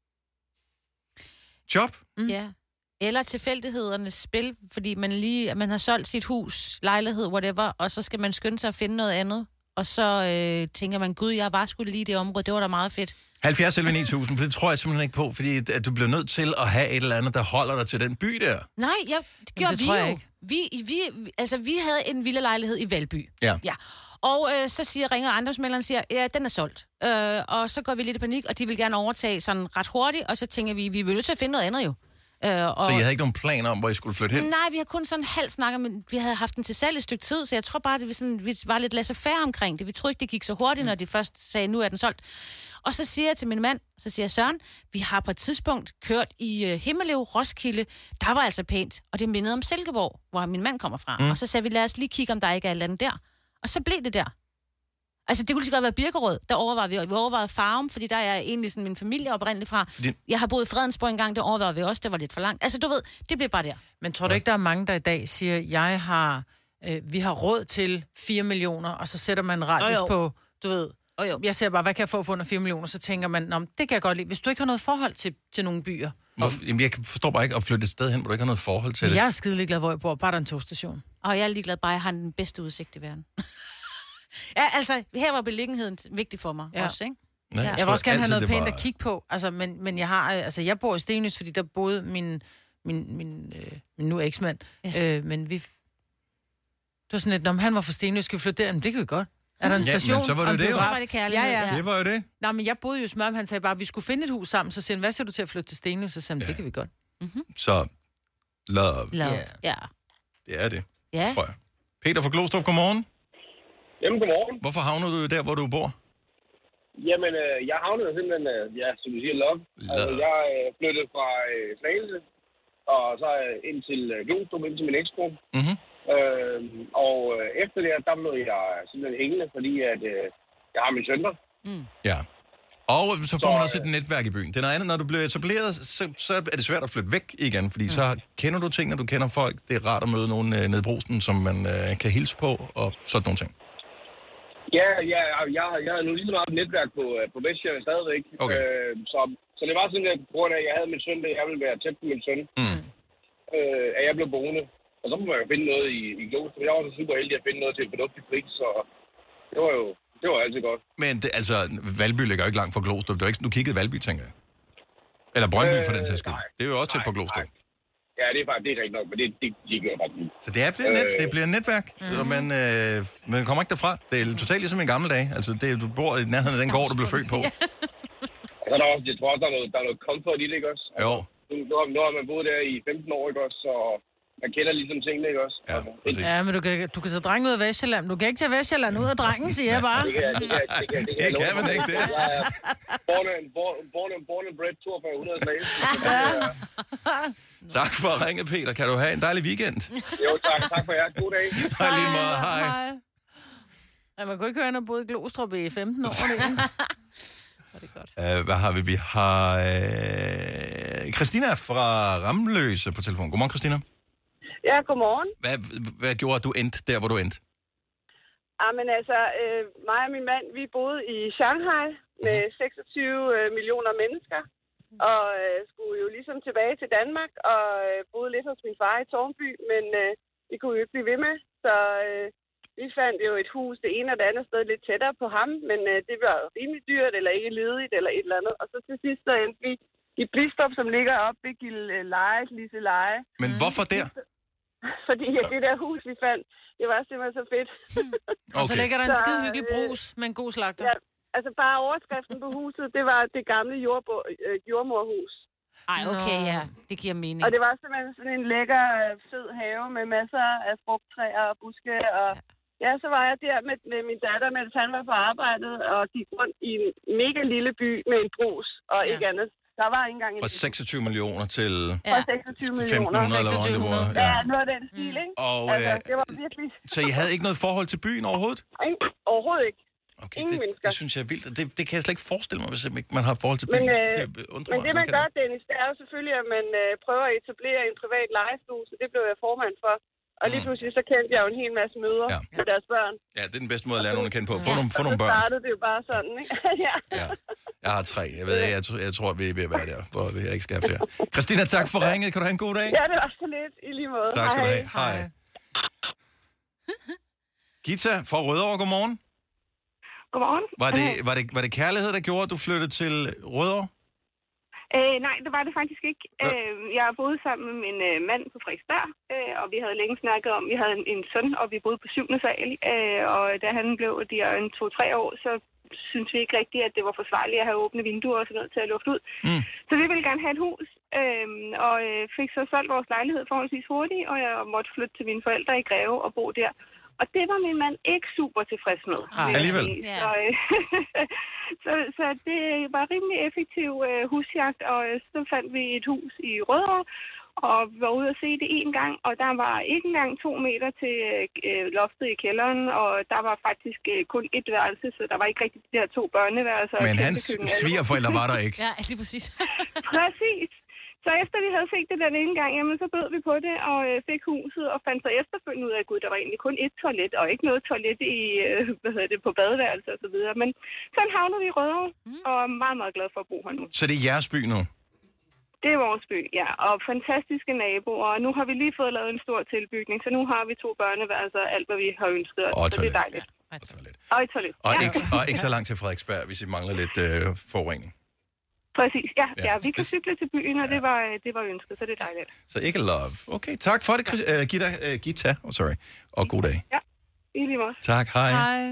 S1: Job?
S2: Mm. Ja. Eller tilfældighedernes spil, fordi man lige man har solgt sit hus, lejlighed, whatever, og så skal man skynde sig at finde noget andet. Og så øh, tænker man, gud, jeg var sgu lige i det område, det var da meget fedt.
S1: halvfjerds elleve ni tusind, for det tror jeg simpelthen ikke på, fordi at du bliver nødt til at have et eller andet, der holder dig til den by der.
S2: Nej, jeg, det gjorde
S3: det
S2: vi
S3: tror jeg
S2: jo.
S3: ikke.
S2: Vi, vi, altså, vi havde en villa lejlighed i Valby.
S1: Ja.
S2: Ja. Og øh, så siger, ringer ejendomsmægleren siger, ja, den er solgt. Øh, og så går vi lidt i panik, og de vil gerne overtage sådan ret hurtigt, og så tænker vi, vi er nødt til at finde noget andet jo. Øh, og...
S1: Så jeg havde ikke nogen planer om, hvor I skulle flytte hen?
S2: Nej, vi har kun sådan halvt snakket, men vi havde haft den til salg et stykke tid, så jeg tror bare, at vi, sådan, vi var lidt laissez-faire omkring det. Vi troede ikke, det gik så hurtigt, når de først sagde, nu er den solgt. Og så siger jeg til min mand, så siger jeg, Søren, vi har på et tidspunkt kørt i uh, Himmelev, Roskilde. Der var altså pænt, og det mindede om Silkeborg, hvor min mand kommer fra. Mm. Og så sagde vi, lad os lige kigge, om der ikke er et eller andet der. Og så blev det der. Altså, det kunne lige så godt være Birkerød. Der overvejede vi, vi overvejede Farum, fordi der er egentlig sådan min familie oprindeligt fra.
S1: Fordi...
S2: Jeg har boet i Fredensborg engang, det overvejede vi også, det var lidt for langt. Altså, du ved, det blev bare der.
S3: Men tror du ikke, der er mange, der i dag siger, jeg har, øh, vi har råd til fire millioner, og så sætter man en radius
S2: Jo, jo.
S3: på, du ved,
S2: Og jo.
S3: jeg ser bare, hvad kan jeg få for under fire millioner, så tænker man, Nå, det kan jeg godt lide. Hvis du ikke har noget forhold til, til nogle byer.
S1: Hvorfor? Jamen, jeg forstår bare ikke at flytte et sted hen, hvor du ikke har noget forhold til det.
S3: Jeg er skidelig glad, hvor jeg bor. Bare der er en togstation.
S2: Og jeg er ligeglad, bare jeg har den bedste udsigt i verden. Ja, altså, her var beliggenheden vigtig for mig
S3: Ja.
S2: også, ikke?
S1: Ja,
S2: Ja.
S1: jeg
S3: Jeg vil også gerne have
S1: altid,
S3: noget
S1: det
S3: pænt
S1: var-
S3: at kigge på, altså, men, men jeg har, øh, altså, jeg bor i Stenløs, fordi der boede min, min, min, øh, min nu eksmand,
S2: Ja.
S3: øh, men vi, var sådan lidt, om han var for Stenløs, skal vi flytte der? Men det kan vi godt. Er der en
S1: Ja,
S3: station?
S1: men så var det
S3: Om
S1: det jo.
S3: var-
S2: Så var det kærlighed,
S3: Ja, ja.
S2: ja.
S1: Det var jo det.
S3: Nej, men jeg boede jo i Smørum, han sagde bare, at vi skulle finde et hus sammen. Så siger han, hvad siger du til at flytte til Stenløs? Så sagde han, det kan vi godt.
S1: Så love.
S2: Love. Ja.
S1: Det er det,
S2: Ja.
S1: tror jeg. Peter fra Glostrup, godmorgen.
S14: Jamen, godmorgen.
S1: Hvorfor havner du der, hvor du bor?
S14: Jamen, øh, jeg havnede simpelthen, øh, ja, som du siger, love. Altså, jeg øh, flyttede fra øh, Slagelse, og så øh, ind til øh, Glostrup, ind til min ekskone.
S1: Mm-hmm.
S14: Øh, og øh, efter det, der blev jeg simpelthen hængende, fordi at, øh, jeg har min sønner.
S2: Mm.
S1: Ja. Og så får man også et netværk i byen. Det er noget andet, når du bliver etableret, så, så er det svært at flytte væk igen, fordi mm. så kender du tingene, du kender folk. Det er rart at møde nogen øh, nede i Brugsen, som man øh, kan hilse på, og sådan nogle ting.
S14: Ja, ja, jeg, jeg havde nu lige så meget et netværk på, øh, på Vestjylland stadigvæk.
S1: Okay.
S14: Øh, så, så det var sådan, at på grund af, at jeg havde min søn, at jeg ville være tæt på min søn,
S1: mm.
S14: øh, at jeg blev boende. Og så må man jo finde noget i, i Glostrup. Jeg var så super heldig at finde noget til en fornuftig pris, så det var jo det var altid godt.
S1: Men det, altså, Valby ligger jo ikke langt fra Glostrup. Du, ikke, du kiggede Valby, tænker jeg. Eller Brøndby, øh, for den sags skyld. Det er jo også tæt på Glostrup.
S14: Ja, det er faktisk det er rigtigt nok, men det, det, det gør bare lige.
S1: Så det, er, det, er net, det bliver et netværk, mm-hmm. og man, øh, man kommer ikke derfra. Det er totalt ligesom i gamle dage. Altså, det, du bor i nærheden af den gård, du blev født på.
S14: Og så er der også, jeg tror også, der er noget, der er noget comfort i det, ikke også?
S1: Jo.
S14: Nu, nu, har, nu har man boet der i femten år, ikke også? Så man kender ligesom tingene, ikke også?
S1: Ja,
S14: altså,
S3: Ja, men du kan, du kan tage drengen ud af Vestjylland. Du kan ikke tage Vestjylland ud af drengen, siger jeg bare.
S14: Det kan, det kan, det kan, det kan,
S1: det kan man ikke, det.
S14: Jeg er born and, born, born and, born and bred toogfyrre hundrede slags.
S1: Tak for at ringe, Peter. Kan du have en dejlig weekend?
S14: Jo, tak. Tak for jer. God dag.
S1: Hej, lige meget. Hej.
S3: Ja, man kunne ikke høre, at han har boet i Glostrup i femten år.
S1: Uh, hvad har vi? Vi har uh, Christina fra Ramløse på telefon. Godmorgen, Christina.
S15: Ja, godmorgen.
S1: Hvad, hvad gjorde, at du endte der, hvor du endte?
S15: Jamen altså, øh, mig og min mand, vi boede i Shanghai med seksogtyve øh, millioner mennesker, og øh, skulle jo ligesom tilbage til Danmark, og øh, boede lidt hos min far i Tårnby, men øh, det kunne vi jo ikke blive ved med, så øh, vi fandt jo et hus det ene og det andet sted lidt tættere på ham, men øh, det var rimelig dyrt, eller ikke ledigt, eller et eller andet, og så til sidst så endte vi i Blistrup, som ligger oppe ved Gilleleje, Lise Leje.
S1: Men hvorfor der?
S15: Fordi ja, det der hus, vi fandt, det var simpelthen så fedt.
S3: Okay. Og så ligger der en skide hyggelig brus med en god slagter.
S15: Ja, altså bare overskriften på huset, det var det gamle jordbo- øh, jordmorhus.
S2: Ej, okay, ja. Det giver mening.
S15: Og det var simpelthen sådan en lækker, fed have med masser af frugttræer og buske. Og ja, så var jeg der med, med min datter, mens han var på arbejdet, og gik rundt i en mega lille by med en brus og ja. ikke andet. Der var ikke engang en...
S1: Fra seksogtyve millioner til
S15: ja. seksogtyve millioner.
S1: femten hundrede eller hvor det var.
S15: Ja, ja noget af den stil, ikke?
S1: Og,
S15: altså,
S1: øh,
S15: det var virkelig...
S1: Så I havde ikke noget forhold til byen overhovedet?
S15: Ingen, overhovedet ikke.
S1: Okay,
S15: Ingen
S1: det,
S15: mennesker.
S1: det synes jeg er vildt. Det, det kan jeg slet ikke forestille mig, hvis ikke man har forhold til byen.
S15: Men, øh,
S1: det undrer
S15: men
S1: mig,
S15: det, man
S1: kan
S15: gør,
S1: det.
S15: Dennis, det er jo selvfølgelig, at man øh, prøver at etablere en privat legestue, så det blev jeg formand for. Og lige pludselig, så kendte jeg jo en hel masse møder ja. med deres børn.
S1: Ja, det er den bedste måde at lære nogen at kende på. Få
S15: ja.
S1: nogle, få nogle
S15: børn.
S1: børn.
S15: Så startede det jo bare sådan, ikke? ja.
S1: ja. Jeg har tre. Jeg, ved, jeg, jeg, jeg tror, vi er ved at være der, hvor jeg ikke skal have flere. Christina, tak for ringet. Kan du have en god dag?
S15: Ja, det var så lidt i lige måde.
S1: Tak skal
S15: Hej.
S1: du have. Hej. Gita fra Rødovre, godmorgen.
S16: Godmorgen.
S1: Var det, var, det, var det kærlighed, der gjorde, at du flyttede til Rødovre?
S16: Øh, nej, det var det faktisk ikke. Ja. Øh, jeg boede sammen med min øh, mand på Frederiksberg, øh, og vi havde længe snakket om, vi havde en, en søn, og vi boede på syvende sal, øh, og da han blev de en to-tre år, så synes vi ikke rigtigt, at det var forsvarligt at have åbne vinduer og sådan noget til at lufte ud. Mm. Så vi ville gerne have et hus, øh, og øh, fik så solgt vores lejlighed forholdsvis hurtigt, og jeg måtte flytte til mine forældre i Greve og bo der. Og det var min mand ikke super tilfreds med.
S1: Ah, alligevel.
S16: Så, øh, så, så det var rimelig effektiv øh, husjagt, og øh, så fandt vi et hus i Rødovre, og var ude at se det en gang, og der var ikke engang to meter til øh, loftet i kælderen, og der var faktisk øh, kun et værelse, så der var ikke rigtig de her to børneværelser.
S1: Men hans svigerforældre var der ikke.
S2: Ja, lige præcis.
S16: Præcis. Så efter vi havde set det den ene gang, jamen så bød vi på det og øh, fik huset og fandt så efterfølgende ud af, at gud, der var egentlig kun et toilet og ikke noget toilet i, øh, hvad hedder det, på badeværelse og så videre. Men sådan havnede vi i Rødovre mm. og er meget, meget glad for at bo her nu.
S1: Så det er jeres by nu?
S16: Det er vores by, ja. Og fantastiske naboer. Og nu har vi lige fået lavet en stor tilbygning, så nu har vi to børneværelser og alt, hvad vi har ønsket os.
S1: Og
S16: så det er dejligt.
S1: Og toilet.
S16: Og et toilet.
S1: Og,
S16: ja.
S1: ikke, og ikke så langt til Frederiksberg, hvis I mangler lidt øh, forurening.
S16: Præcis, ja.
S1: Ja.
S16: ja. Vi kan cykle til byen, og det var, det var ønsket, så det er dejligt.
S1: Så ikke love. Okay, tak for det, Chris, uh, Gita, uh, Gita. Oh, sorry. Og god dag.
S16: Ja, i lige måde.
S1: Tak, hej.
S3: Hej.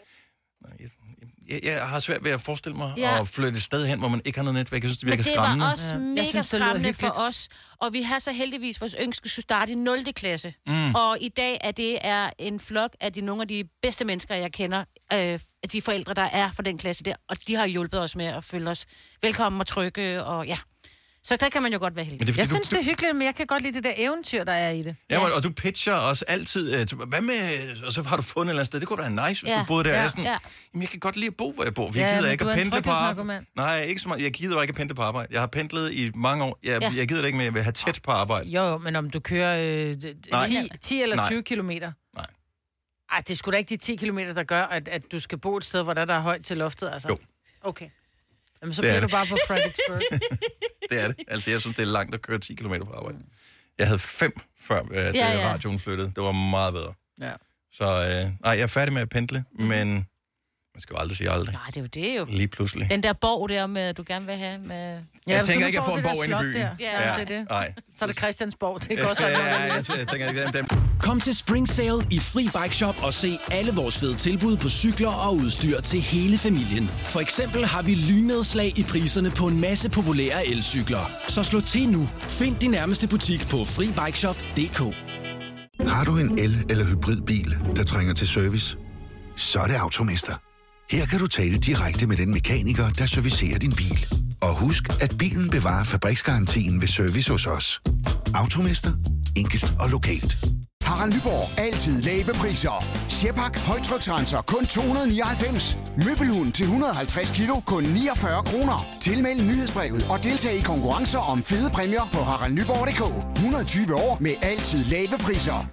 S1: Jeg, jeg har svært ved at forestille mig
S2: Ja.
S1: at flytte et sted hen, hvor man ikke har noget netværk. Jeg synes, det virker
S2: Men det
S1: skræmmende.
S2: var også
S3: Ja.
S2: mega
S3: Jeg synes, det lyder
S2: skræmmende for
S3: hyggeligt.
S2: os. Og vi har så heldigvis vores yngste skulle starte i nul klasse.
S1: Mm.
S2: Og i dag er det er en flok af de, nogle af de bedste mennesker, jeg kender. Øh, af de forældre, der er for den klasse der. Og de har hjulpet os med at følge os velkommen og trygge. Og ja. Så der kan man jo godt være heldig.
S1: Men det er, fordi
S3: Jeg
S1: du-
S3: synes,
S1: du-
S3: det er hyggeligt, men jeg kan godt lide det der eventyr, der er i det.
S1: Ja, og du pitcher også altid, øh, til- hvad med, og så har du fundet et eller andet sted, det kunne da være nice, hvis
S3: Ja,
S1: du boede der.
S3: ja,
S1: Jeg er sådan,
S3: ja.
S1: jamen, jeg kan godt lide at bo, hvor jeg bor, for
S3: Ja,
S1: jeg gider
S3: men
S1: ikke
S3: du
S1: at
S3: er en
S1: pendle på arbejde.
S3: tryghedsnarkoman.
S1: Nej, ikke så meget. Jeg gider ikke at pendle på arbejde. Jeg har pendlet i mange år. Jeg,
S3: Ja.
S1: jeg gider det ikke, men jeg vil have tæt på arbejde.
S3: Jo, jo, men om du kører øh,
S1: Nej.
S3: ti, ti eller
S1: Nej.
S3: tyve kilometer.
S1: Nej.
S3: Ej, det er sgu da ikke de ti kilometer, der gør, at, at du skal bo et sted, hvor der, der er højt til loftet, altså.
S1: Jo.
S3: Okay. Jamen, så
S1: Det er
S3: bliver du
S1: det.
S3: bare på Fredericksburg.
S1: Det er det. Altså, jeg synes, det er langt at køre ti kilometer på arbejde. Jeg havde fem, før at
S3: Ja,
S1: ja,
S3: ja.
S1: radioen flyttede. Det var meget bedre.
S3: Ja.
S1: Så øh, nej, jeg er færdig med at pendle, men man skal jo aldrig sige aldrig.
S2: Nej, det er jo det jo.
S1: Lige pludselig.
S2: Den der borg der, med, du gerne vil have med...
S1: Jeg
S3: hvis
S1: tænker
S3: du
S1: ikke, jeg
S3: får
S1: får en
S3: det der
S1: borg inde i
S3: slot
S1: byen.
S3: Der. Ja,
S1: Ja.
S3: det er det.
S1: Nej.
S3: Så er det Christiansborg. Det
S1: Ja,
S3: kan også
S1: ja,
S3: være
S1: ja,
S3: noget.
S1: jeg, jeg tænker ikke, dem, dem.
S17: Kom til Spring Sale i Fri Bike Shop og se alle vores fede tilbud på cykler og udstyr til hele familien. For eksempel har vi lynedslag i priserne på en masse populære elcykler. Så slå til nu. Find din nærmeste butik på fri bike shop punktum d k.
S18: Har du en el- eller hybridbil, der trænger til service? Så er det Automester. Her kan du tale direkte med den mekaniker, der servicerer din bil. Og husk, at bilen bevarer fabriksgarantien ved service hos os. Automester. Enkelt og lokalt.
S19: Harald Nyborg. Altid lave priser. Sjehpak højtryksrenser kun to hundrede nioghalvfems. Møbelhund til et hundrede og halvtreds kilo kun niogfyrre kroner. Tilmeld nyhedsbrevet og deltag i konkurrencer om fede præmier på harald nyborg punktum d k. et hundrede og tyve år med altid lave priser.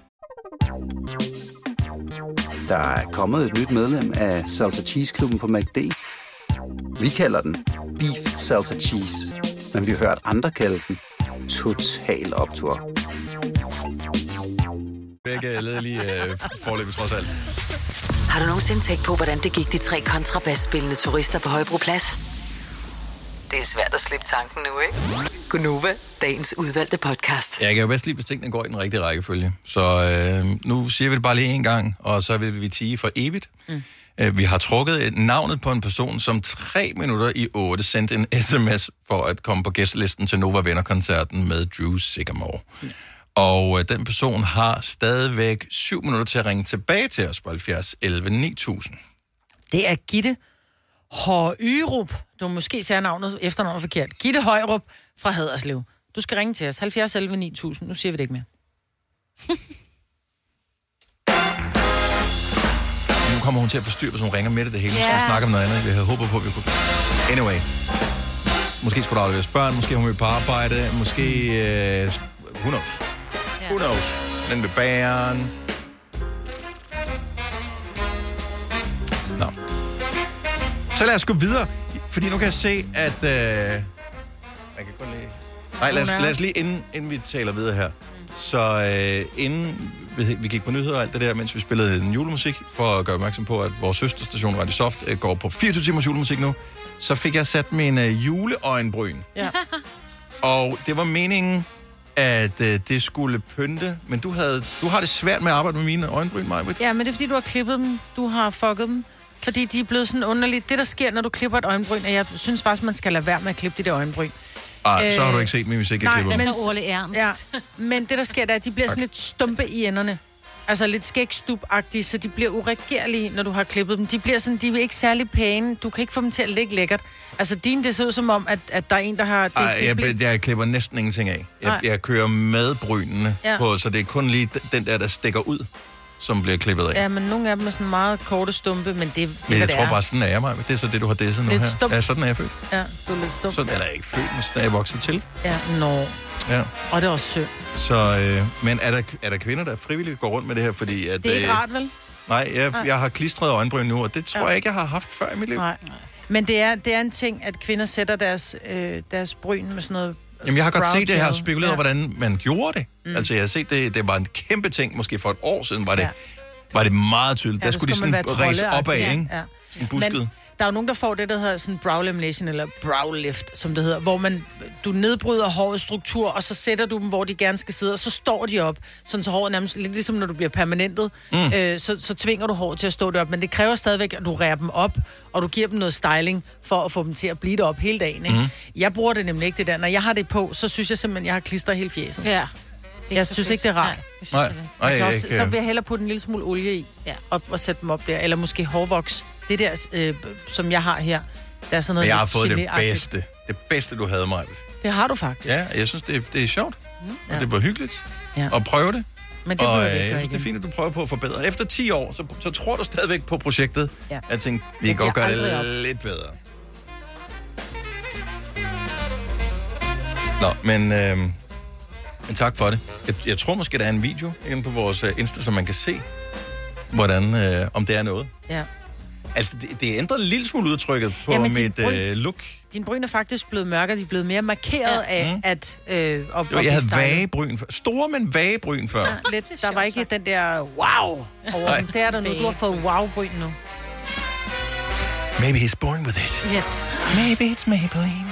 S20: Der er kommet et nyt medlem af Salsa Cheese Klubben på McD. Vi kalder den Beef Salsa Cheese, men vi har hørt andre kalde den Total Optur.
S1: Begge led lige øh, forløbet trods alt.
S4: Har du nogensinde tænkt på, hvordan det gik de tre kontrabasspillende turister på Højbroplads? Det er svært at slippe tanken nu, ikke? Gunova, dagens udvalgte podcast.
S1: Jeg kan jo bedst lide, hvis tingene går i den rigtige rækkefølge. Så øh, nu siger vi det bare lige en gang, og så vil vi tie for evigt. Mm. Øh, vi har trukket et navnet på en person, som tre minutter i otte sendte en sms for at komme på gæstelisten til Nova Venner-koncerten med Drew Sigamore. Mm. Og øh, den person har stadigvæk syv minutter til at ringe tilbage til os på halvfjerds elleve ni tusind.
S3: Det er Gitte Højrup. Du må måske sige navnet efternavnet forkert. Gitte Højrup fra Haderslev. Du skal ringe til os. halvfjerds elleve ni tusind. Nu siger vi det ikke mere.
S1: Nu kommer hun til at forstyrre, hvis hun ringer med det, det hele.
S3: Ja.
S1: Yeah. Så snakke om noget andet. Vi havde håbet på, at vi kunne... Anyway. Måske skulle der afleveres børn. Måske hun vil på arbejde. Måske... Øh... Who knows? Yeah. Who knows? Den vil bæren. Nå. Så lad os gå videre. Fordi nu kan jeg se, at... Øh... Jeg kan kun lige... Nej, lad os, lad os lige, inden, inden vi taler videre her. Så øh, inden vi, vi gik på nyheder og alt det der, mens vi spillede en julemusik, for at gøre opmærksom på, at vores søsterstation Radio Soft øh, går på fireogtyve timers julemusik nu, så fik jeg sat min øh, juleøjenbryn.
S3: Ja.
S1: Og det var meningen, at øh, det skulle pynte, men du, havde, du har det svært med at arbejde med mine øjenbryn, Majbrit.
S3: Ja, men det er fordi, du har klippet dem. Du har fucket dem. Fordi de er blevet sådan underligt. Det, der sker, når du klipper et øjenbryn, og jeg synes faktisk, man skal lade være med at klippe de der øjenbryn.
S1: Ah, så har du ikke set mig, hvis ikke jeg klipper dem.
S2: Nej, så Orle Ernst.
S3: Ja, men det, der sker, der er, at de bliver tak. Sådan lidt stumpe i enderne. Altså lidt skægstub-agtige, så de bliver uregerlige, når du har klippet dem. De bliver sådan, de er ikke særlig pæne. Du kan ikke få dem til at ligge lækkert. Altså dine, det ser ud som om, at, at der er en, der har... Det,
S1: Ej,
S3: det
S1: jeg,
S3: bliver...
S1: jeg klipper næsten ingenting af. Jeg,
S3: Nej.
S1: jeg kører med brynene
S3: Ja.
S1: på, så det er kun lige den der, der stikker ud, som bliver klippet af.
S3: Ja, men nogle af dem er sådan meget korte stumpe, men det, det er,
S1: Men
S3: hvad
S1: jeg
S3: det
S1: tror
S3: er.
S1: bare, sådan er jeg, mig. Det er så det, du har disset nu
S3: Lidt
S1: her.
S3: stump.
S1: Ja, sådan er jeg født.
S3: Ja, du er lidt stump.
S1: Sådan, eller ikke født, men sådan er jeg vokset til.
S3: Ja, nå.
S1: Ja.
S3: Og det er også synd.
S1: Så, øh, men er der, er der kvinder, der frivilligt går rundt med det her? Fordi at,
S3: Det er ikke
S1: øh,
S3: rart, vel?
S1: Nej, jeg,
S3: Nej.
S1: jeg har klistret øjenbryn nu, og det tror
S3: Ja.
S1: jeg ikke, jeg har haft før i mit liv.
S3: Nej. Men det er, det er en ting, at kvinder sætter deres, øh, deres bryn med sådan noget...
S1: Jamen, jeg har godt
S3: brow
S1: set det her og
S3: gel.
S1: spekuleret over, hvordan man gjorde det. Mm. Altså, jeg har set det, det var en kæmpe ting, måske for et år siden var det, ja. var det meget tydeligt.
S3: Ja,
S1: der
S3: der
S1: skulle de
S3: skulle man
S1: sådan
S3: være
S1: ræse opad,
S3: troldeagtig.
S1: ikke?
S3: Ja, ja.
S1: Sådan busket.
S3: Men der er jo nogen, der får det, der hedder sådan brow lamination, eller brow lift, som det hedder, hvor man, du nedbryder hårets struktur, og så sætter du dem, hvor de gerne skal sidde, og så står de op, sådan så håret nærmest, lidt ligesom når du bliver permanentet, mm. øh, så, så tvinger du håret til at stå deroppe, men det kræver stadigvæk, at du rærer dem op, og du giver dem noget styling, for at få dem til at blive deroppe hele dagen, ikke? Mm. Jeg bruger det nemlig ikke, det der. Når jeg har det på, så synes jeg simpelthen, jeg har klistret hele fjeset.
S2: Ja.
S3: Jeg synes ikke, det er rart.
S1: Nej, nej,
S3: så,
S1: jeg
S3: også,
S1: ikke.
S3: så vil jeg hellere putte en lille smule olie i, ja. og, og sætte dem op der. Eller måske hårvoks. Det der, øh, som jeg har her, der er sådan noget.
S1: Men jeg har fået det
S3: gelé-agtigt.
S1: bedste. Det bedste, du havde, Maja.
S3: Det har du faktisk.
S1: Ja, jeg synes, det er, det er sjovt. Mm.
S3: Ja.
S1: Og det var hyggeligt
S3: Ja.
S1: at prøve det.
S3: Men det
S1: og
S3: burde vi
S1: øh,
S3: ikke
S1: jeg
S3: gøre
S1: synes, det er
S3: igen.
S1: fint, at du prøver på at forbedre. Efter ti år, så, så tror du stadigvæk på projektet.
S3: Ja.
S1: Jeg tænkte, vi
S3: Det
S1: kan godt
S3: giver
S1: gøre det
S3: aldrig op.
S1: lidt bedre. Nå, men, øh, men tak for det. Jeg, jeg tror måske, der er en video inde på vores uh, Insta, så man kan se, hvordan, øh, om det er noget.
S3: Ja.
S1: Altså, det, det ændrer en lille smule udtrykket på
S3: Jamen, din
S1: mit
S3: bryn-
S1: øh, look.
S3: Din bryn er faktisk blevet mørkere, de er blevet mere markeret ja. af,
S1: Mm.
S3: at... Øh, op,
S1: Jo, jeg havde vage bryn før. Store, men vage bryn før.
S3: Ja, lidt. Der var ikke den der wow over dem. Det er der nu. Du har fået wow-bryn nu.
S1: Maybe he's born with it.
S2: Yes.
S1: Maybe it's Maybelline.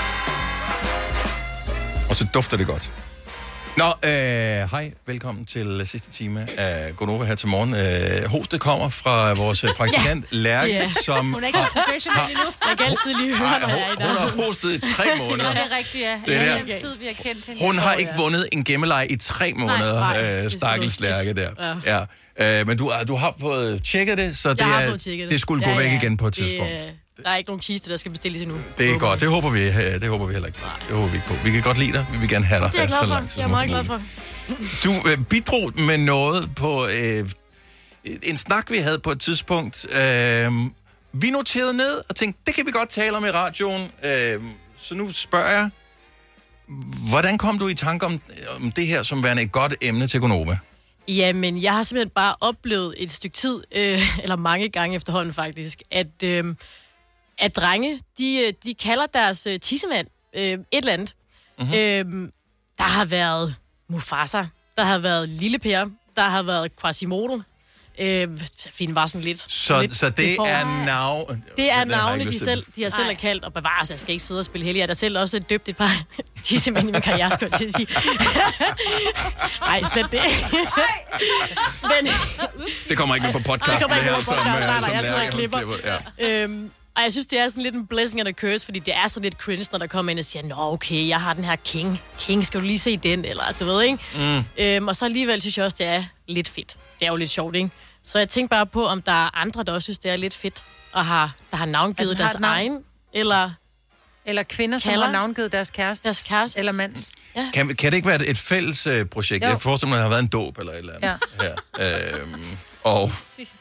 S1: Og så dufter det godt. Nå, øh, hej. Velkommen til sidste time af Gonova her til morgen. Øh, hostet kommer fra vores praktikant Lærke,
S2: Ja.
S1: som...
S2: Hun er ikke så professionel endnu. Jeg kan altid lige høre,
S1: Nej,
S2: når jeg er i
S1: hun, hun har hostet i tre måneder.
S2: Ja, det er rigtigt, ja.
S1: Det er
S2: Det er
S1: der.
S2: den tid, vi har kendt hende.
S1: Hun har ikke vundet en gemmeleje i tre måneder,
S21: nej, det
S1: øh,
S21: er
S1: stakkels
S21: så
S1: Lærke der. Ja. Ja. Øh, men du, du har fået tjekket det, så det,
S21: Jeg har
S1: er,
S21: fået tjekket
S1: det skulle gå væk igen på et
S21: Det,
S1: tidspunkt.
S21: øh, Der er ikke nogen kiste, der skal bestilles endnu.
S1: Det er godt. Det håber vi, øh, det håber vi heller ikke. Det håber vi ikke på. Vi kan godt lide dig. Vi vil gerne have dig.
S21: Det er jeg glad
S1: så
S21: for.
S1: lang tid
S21: Jeg er
S1: som
S21: meget glad
S1: muligt.
S21: for.
S1: Du øh, bidrog med noget på øh, en snak, vi havde på et tidspunkt. Øh, vi noterede ned og tænkte, det kan vi godt tale om i radioen. Øh, så nu spørger jeg, hvordan kom du i tanke om, om det her som værende et godt emne til Gonova?
S21: Jamen, jeg har simpelthen bare oplevet et stykke tid, øh, eller mange gange efterhånden faktisk, at, øh, at drenge, de, de kalder deres øh, tissemand øh, et eller andet. Mm-hmm. Øh, der har været Mufasa, der har været Lille Per, der har været Quasimodo. Øh, Fint var sådan lidt...
S1: Så,
S21: lidt
S1: så det
S21: får-
S1: er navn...
S21: Det er
S1: Den har jeg
S21: navne,
S1: ikke lyst
S21: de
S1: til.
S21: selv, de har selv er kaldt, og bevares, jeg skal ikke sidde og spille heldig. Jeg har da selv også døbt et par tissemænd i min karriere, skal jeg til at sige. Nej, slet det. Men,
S1: Det kommer ikke med på podcasten,
S21: Det kommer ikke
S1: her,
S21: med på
S1: som,
S21: podcasten.
S1: øh,
S21: Nej, nej,
S1: som
S21: jeg sidder og
S1: Lærke, hun
S21: klipper.
S1: Ja.
S21: øhm, og jeg synes, det er sådan lidt en blessing and a curse, fordi det er sådan lidt cringe, når der kommer ind og siger, nå okay, jeg har den her King. King, skal du lige se den? Eller du ved, ikke?
S1: Mm.
S21: Øhm, og så alligevel synes jeg også, det er lidt fedt. Det er jo lidt sjovt, ikke? Så jeg tænker bare på, om der er andre, der også synes, det er lidt fedt, og har, der har navngivet
S3: At den har
S21: deres
S3: et navn.
S21: egen, eller...
S3: Eller kvinder, som
S21: Kalder.
S3: har navngivet deres kæreste.
S21: Deres kæreste.
S3: Eller mands.
S21: Ja.
S1: Kan, kan det ikke være et, et fælles øh, projekt?
S3: Jo.
S1: Jeg forestiller mig, at der har været en dåb eller et eller andet. Ja. Her. Øhm, og,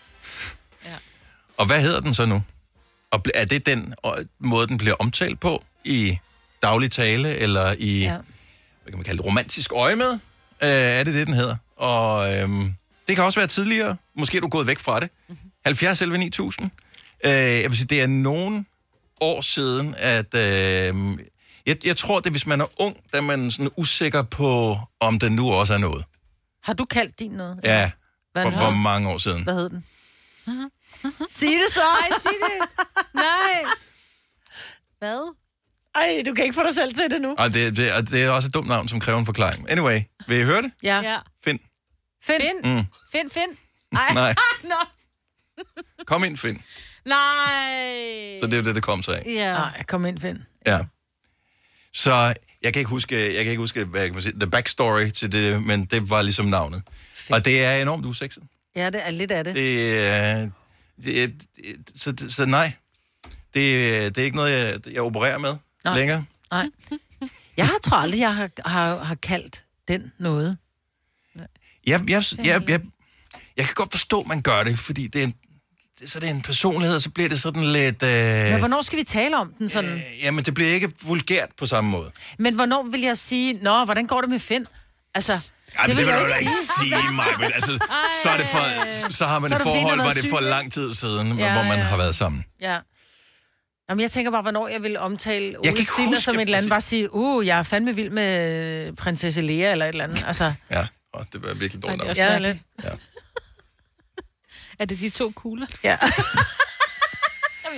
S1: og hvad hedder den så nu? Og bl- er det den og, måde, den bliver omtalt på i daglig tale, eller i, ja. hvad kan man kalde det, romantisk øje med? Øh, er det det, den hedder? Og øhm, det kan også være tidligere. Måske er du gået væk fra det. Mm-hmm. halvfjerds elleve ni tusind. Øh, jeg vil sige, det er nogen år siden, at... Øh, jeg, jeg tror, det er, hvis man er ung, der er man sådan usikker på, om den nu også er noget.
S3: Har du kaldt din noget?
S1: Ja,
S3: Hvad
S1: for,
S3: den
S1: for
S3: hedder?
S1: mange år siden.
S3: Hvad hed den? Sig det så!
S2: Nej, sig det. Nej. Hvad?
S21: Ej, du kan ikke få dig selv til det nu.
S1: Og det, det, og det er også et dumt navn, som kræver en forklaring. Anyway, vil I høre det?
S3: Ja.
S2: Ja.
S1: Find.
S2: Find.
S1: Mm.
S2: Find, find. Ej.
S1: Nej.
S2: Nå.
S1: Kom ind, Find.
S2: Nej.
S1: Så det er jo det, det kom sig af.
S2: Ja.
S3: Nej, kom ind, Finn.
S1: Ja. Så jeg kan ikke huske, jeg kan ikke huske hvad kan man sige, the backstory til det, men det var ligesom navnet. Fedt. Og det er enormt usekset.
S3: Ja, det er lidt af det.
S1: Det er... Det er det, så, så nej. Det, det er ikke noget, jeg, jeg opererer med
S3: Nej.
S1: længere.
S3: Nej. Jeg har tror aldrig, jeg har, har, har kaldt den noget.
S1: Jeg, jeg, jeg, jeg, jeg kan godt forstå, at man gør det, fordi det er en, det, så det er en personlighed, og så bliver det sådan lidt... Øh,
S3: Men hvornår skal vi tale om den sådan? Øh,
S1: jamen, det bliver ikke vulgært på samme måde.
S3: Men hvornår vil jeg sige, nå, hvordan går det med Finn? Altså,
S1: Ej, det, det vil du da ikke sige mig, men altså, så, er det for, så har man
S3: Så er
S1: et
S3: det, fordi han
S1: forhold,
S3: har
S1: hvor
S3: været
S1: det er for
S3: syg,
S1: lang tid siden,
S3: Ja,
S1: hvor man
S3: ja.
S1: har været sammen.
S3: Ja. Jamen, jeg tænker bare, hvornår jeg vil omtale
S1: kan
S3: Ole
S1: ikke
S3: Stiller
S1: huske
S3: som et eller andet. Bare sige, uh, jeg er fandme vild med prinsesse Lea eller et eller andet. Altså,
S1: Ja, og det var virkelig dårligt.
S2: Ej, det er
S1: navn.
S2: også mærkeligt.
S1: Ja.
S2: Er det de to kugler?
S3: Ja.
S2: Jamen,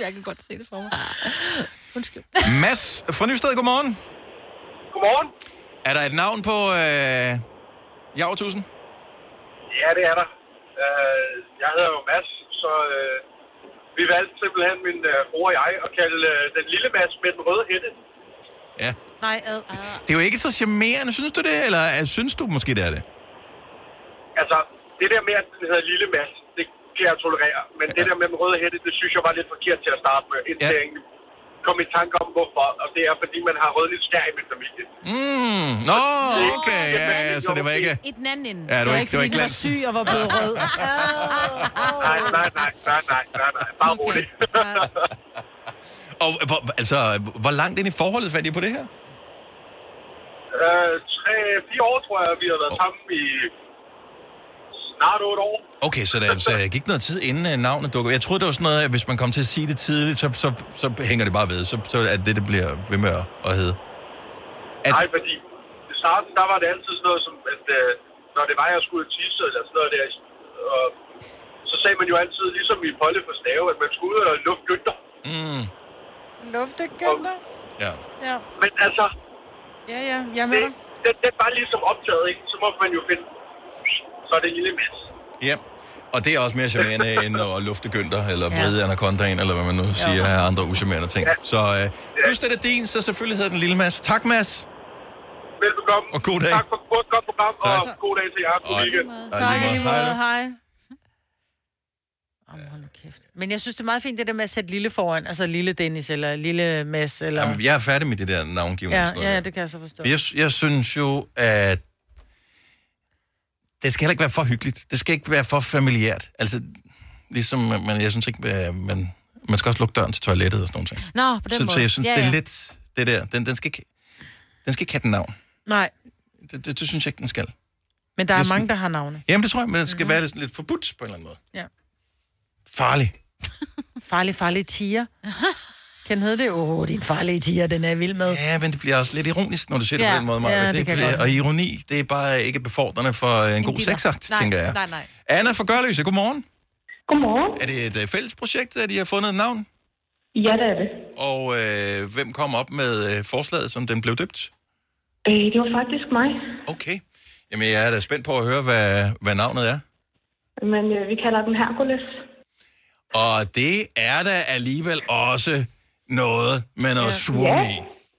S2: Jeg kan godt se det for mig. Undskyld.
S1: Mads fra Nysted, godmorgen.
S7: Godmorgen.
S1: Er der et navn på øh, Javertusen?
S7: Ja, det er der. Uh, jeg hedder jo Mads, så uh, vi valgte simpelthen, min uh, bror og jeg, at kalde uh, den lille Mads med den røde hætte.
S1: Ja.
S3: Nej, ad.
S1: Det er jo ikke så charmerende, synes du det? Eller uh, synes du måske, det er det?
S7: Altså, det der med, at den hedder lille Mads, det kan jeg tolerere. Men ja. det der med den røde hætte, det synes jeg var lidt forkert til at starte med. Indtil ja. jeg kom i tanke om, hvorfor. Og det er, fordi man har rødligt skær i min familie.
S1: Mm, nå, okay. Ja, ja, så det var ikke...
S2: I den anden ende.
S1: Ja, det var ikke, det var
S3: ikke var syg og var blevet rød.
S7: nej, nej, nej, nej, nej, nej, nej. Bare okay. roligt.
S1: Og hvor, altså, hvor langt ind i forholdet fandt I på det her?
S7: Øh, tre, fire år, tror jeg, vi har været oh. sammen i snart otte år.
S1: Okay, så der så gik noget tid inden uh, navnet dukkede. Jeg troede, det var sådan noget, at hvis man kom til at sige det tidligt, så, så, så hænger det bare ved. Så, så er det, det bliver ved med at, at hedde.
S7: At... Nej, fordi i starten, der var det altid sådan noget som, at uh, når det var, jeg skulle tisse eller sådan noget der, og så sagde man jo altid, ligesom i Polle for Stave, at man skulle ud og lufte gønter.
S1: Mm.
S3: Lufte gønter?
S1: Ja.
S3: Ja.
S7: Men altså...
S3: Ja, ja, jeg med dig.
S7: Det, det, det er bare ligesom optaget, ikke? Så må man jo finde... Så er det lille Mads.
S1: Ja, og det er også mere charmerende end at lufte gønter, eller vride ja. anakondaen, eller hvad man nu siger af andre uschammerende ting. Ja. Så øh, plus det er din, så selvfølgelig hedder den lille Mads. Tak, Mads.
S7: Velbekomme.
S1: Og god dag.
S7: Tak for et godt program, og tak. God dag til jer. God weekend.
S3: Tak i lige måde. Hej. Oh, hold kæft. Men jeg synes, det er meget fint, det der med at sætte lille foran. Altså lille Dennis, eller lille Mads, eller...
S1: Jamen, jeg er færdig med det der navngivning.
S3: Ja, ja, det kan jeg så forstå.
S1: Jeg, jeg synes jo, at det skal heller ikke være for hyggeligt. Det skal ikke være for familiært. Altså, ligesom, men jeg synes ikke, man, man skal også lukke døren til toilettet og sådan noget.
S2: Nå, på den
S1: så,
S2: måde.
S1: Så jeg synes,
S2: ja,
S1: ja. det
S2: ja.
S1: er lidt det der. Den, den, skal, ikke, den skal ikke have den navn.
S3: Nej.
S1: Det, det, det synes jeg ikke, den skal.
S3: Men der er
S1: jeg
S3: mange,
S1: synes,
S3: der har navne.
S1: Jamen, det tror jeg, men det skal
S3: mm-hmm.
S1: være lidt, lidt forbudt på en eller anden måde.
S3: Ja.
S1: Farlig.
S3: farlig, farlig tiger. Kan den hedde det? Åh, oh, din farlige tiger, den er jeg vild med.
S1: Ja, men det bliver også lidt ironisk, når du siger ja. det på den måde, Maja.
S3: Ja,
S1: det,
S3: det kan
S1: bliver, og ironi, det er bare ikke befordrende for en, en god sexakt, tænker jeg.
S2: Nej, nej.
S1: Anna fra Gørløse, godmorgen.
S22: Godmorgen.
S1: Er det et uh, fælles projekt, at I har fundet et navn?
S22: Ja, det er det.
S1: Og øh, hvem kom op med øh, forslaget, som den blev døbt?
S22: Øh, det var faktisk mig.
S1: Okay. Jamen, jeg er da spændt på at høre, hvad, hvad navnet er.
S22: Men øh, vi kalder den Hercules.
S1: Og det er da alligevel også noget med noget ja. swung
S22: ja.
S1: i.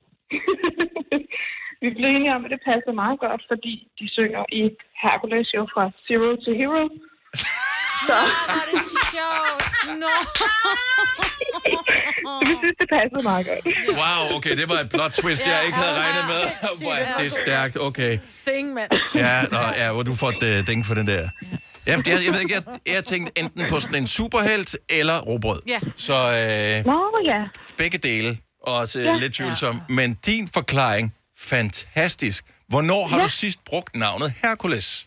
S22: Vi blev enige om, at det passer meget godt, fordi de synger i Hercules jo fra Zero to Hero. Så
S2: er det sjovt. Nå.
S22: Så vi synes, det passede meget godt.
S1: Wow, okay, det var et plot twist, jeg ikke havde regnet med. Det er stærkt, okay.
S3: Ding, mand.
S1: Ja, nå, ja, hvor du får et uh, ding for den der. Jeg, jeg, jeg ved ikke, jeg, jeg tænkte enten på sådan en superhelt eller råbrød.
S2: Ja.
S1: Så øh,
S22: Nå, ja.
S1: begge dele, og også
S22: ja.
S1: lidt tvivlsom. Ja. Men din forklaring, fantastisk. Hvornår har ja. du sidst brugt navnet Hercules?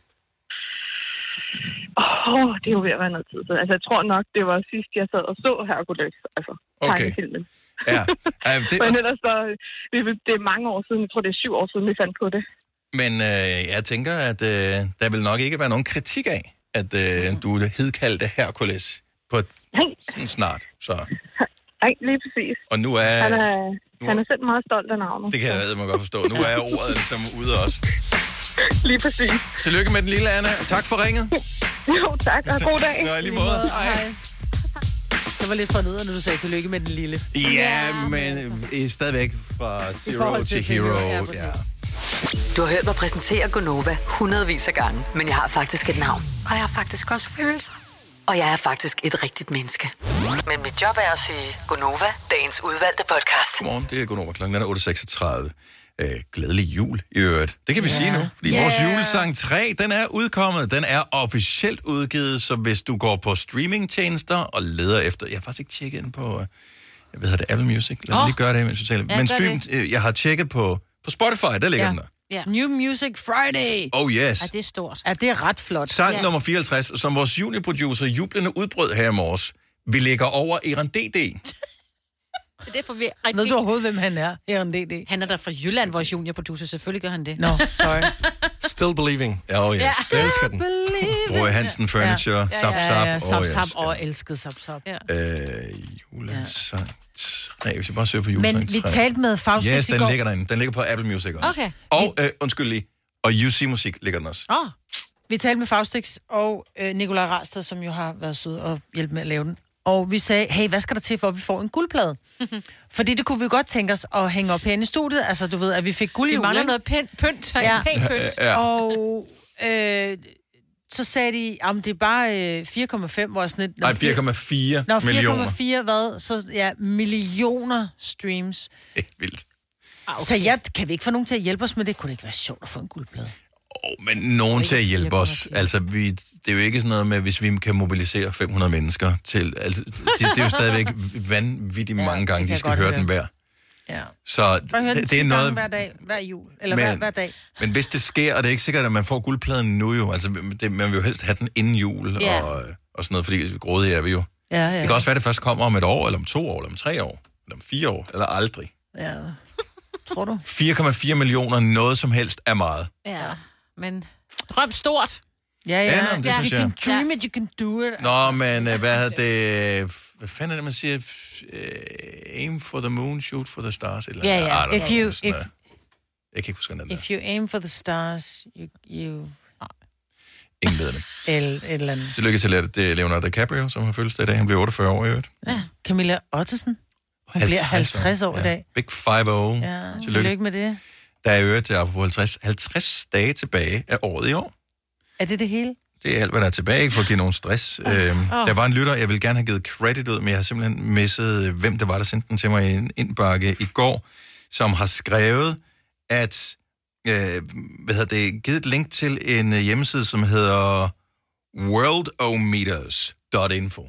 S22: Åh, oh, det er jo ved at være noget tid siden. Altså, jeg tror nok, det var sidst, jeg sad og så Hercules. Altså,
S1: okay.
S22: filmen.
S1: Ja. Uh, det...
S22: Men ellers så, det er mange år siden, jeg tror, det er syv år siden, vi fandt på det.
S1: Men øh, jeg tænker, at øh, der vil nok ikke være nogen kritik af, at øh, du hedkaldte Hercules på et, sådan snart. Så.
S22: Nej, lige præcis.
S1: Og nu er...
S22: Han er,
S1: nu,
S22: han er selv meget stolt af navnet.
S1: Det kan jeg redde mig godt forstå. Nu er ordet ligesom ude også.
S22: Lige præcis.
S1: Tillykke med den lille Anna. Tak for ringet.
S22: Jo, tak. Og god dag.
S1: Nå, i lige måde. Hej.
S3: Hej. Det var lidt for nede, når du sagde tillykke med den lille.
S1: Ja, men øh, stadigvæk fra Zero to Hero. Ja, ja.
S4: Du har hørt mig præsentere Gonova hundredvis af gange, men jeg har faktisk et navn. Og jeg har faktisk også følelser. Og jeg er faktisk et rigtigt menneske. Men mit job er at sige Gonova, dagens udvalgte podcast.
S1: Godmorgen, det er Gonova. Klokken er otte seksogtredive. Øh, glædelig jul i øvrigt. Det kan vi yeah. sige nu, fordi yeah. vores julesang tre, den er udkommet. Den er officielt udgivet, så hvis du går på streamingtjenester og leder efter... Jeg har faktisk ikke tjekket ind på... Jeg ved, det Apple Music. Lad mig oh. lige gøre det, mens du taler.
S2: Ja,
S1: men stream, øh, jeg har tjekket på, på Spotify, der ligger
S3: ja.
S1: den der.
S3: Ja. New Music Friday.
S1: Oh yes.
S2: Ja, det er stort.
S3: Ja, det er ret flot.
S1: Sang
S3: ja.
S1: nummer fireoghalvtreds, som vores juniorproducer jublende udbrød her i morges. Vi ligger over Eran D D.
S2: Det er for vi rigtig...
S3: Ved du overhovedet, hvem han er? Eran D D.
S2: Han er der fra Jylland, vores juniorproducer. Selvfølgelig gør han det.
S3: Nå, no, sorry.
S6: Still Believing.
S1: Ja, oh, yes.
S6: Jeg elsker den.
S1: Roy Hansen Furniture,
S3: Ja,
S1: Zap
S3: ja,
S1: Zap.
S3: ja,
S1: Oh,
S3: Zap
S1: yes.
S3: Zap, og elskede Zap Zap. Ja.
S1: Øh, julesang tre. Hvis jeg bare søger på julesang
S3: Men vi
S1: tre.
S3: talte med Faustix
S1: Yes,
S3: i
S1: den
S3: går.
S1: ligger derinde. Den ligger på Apple Music også.
S3: Okay.
S1: Og, øh, undskyld lige, og U C Musik ligger den også.
S3: Oh. Vi talte med Faustix og øh, Nikolaj Rasted, som jo har været sød og hjælpe med at lave den. Og vi sagde, hey, hvad skal der til, for at vi får en guldplade? Fordi det kunne vi godt tænke os at hænge op herinde i studiet. Altså, du ved, at vi fik guld i
S2: Vi
S3: jul,
S2: mangler
S3: ikke?
S2: noget pænt pynt.
S3: Ja.
S2: Pænt pynt.
S1: Ja.
S3: Og øh, så sagde de, om det er bare øh, fire komma fem, hvor sådan et...
S1: Nej, fire komma fire
S3: Nå,
S1: millioner.
S3: fire komma fire hvad? Så ja, millioner streams.
S1: Helt vildt.
S3: Ah, okay. Så ja, kan vi ikke få nogen til at hjælpe os med det? Kunne det ikke være sjovt at få en guldplade?
S1: Oh, men nogen til at hjælpe os. Altså, vi, det er jo ikke sådan noget med, hvis vi kan mobilisere fem hundrede mennesker til... Altså, det, det er jo stadigvæk vanvittigt
S3: Ja,
S1: mange
S3: det
S1: gange,
S3: kan
S1: de
S3: jeg
S1: skal
S3: godt
S1: høre
S3: høre.
S1: den hver.
S3: Ja.
S1: Så
S3: Bare høre den
S1: det,
S3: ti
S1: det er noget...
S3: gange hver dag, hver jul, eller
S1: Men-
S3: hver, hver dag.
S1: Men hvis det sker, og det er ikke sikkert, at man får guldpladen nu jo, altså det, man vil jo helst have den inden jul
S3: Ja.
S1: og, og sådan noget, fordi grådige er vi jo.
S3: Ja, ja.
S1: Det kan også være, at det først kommer om et år, eller om to år, eller om tre år, eller om fire år, eller aldrig.
S3: Ja. Tror du?
S1: fire komma fire millioner, noget som helst er meget.
S2: Ja, men drøm stort.
S3: Ja,
S1: Ja, nå, men det synes
S3: you
S1: jeg.
S3: can dream it, you can do it.
S1: Nå, men øh, hvad hedder det... Hvad fanden er det, man siger? Øh, aim for the moon, shoot for the stars. Eller,
S3: Ja, ja.
S1: I don't
S3: If
S1: know,
S3: you,
S1: sådan
S3: if,
S1: noget. Jeg kan ikke huske, hvordan den er.
S3: if you aim for the stars, you... you
S1: Ingen ved det.
S3: el, et eller andet.
S1: Tillykke til Le- det er Leonardo DiCaprio, som har fødselsdag i dag. Han bliver otteogfyrre år i øvrigt.
S3: Ja. Camilla Ottesen. Hun bliver halvtreds år i dag.
S1: Big five oh.
S3: Ja, tillykke med det.
S1: Der er i øvrigt, apropos halvtreds, halvtreds dage tilbage af året i år.
S3: Er det det hele?
S1: Det er alt, hvad der er tilbage, ikke for at give nogen stress. Oh. Øhm,
S3: Oh.
S1: Der var en lytter, jeg vil gerne have givet credit ud, men jeg har simpelthen misset, hvem det var, der sendte den til mig i en indbakke i går, som har skrevet, at, øh, hvad hedder det, givet et link til en øh, hjemmeside, som hedder worldometers punktum info,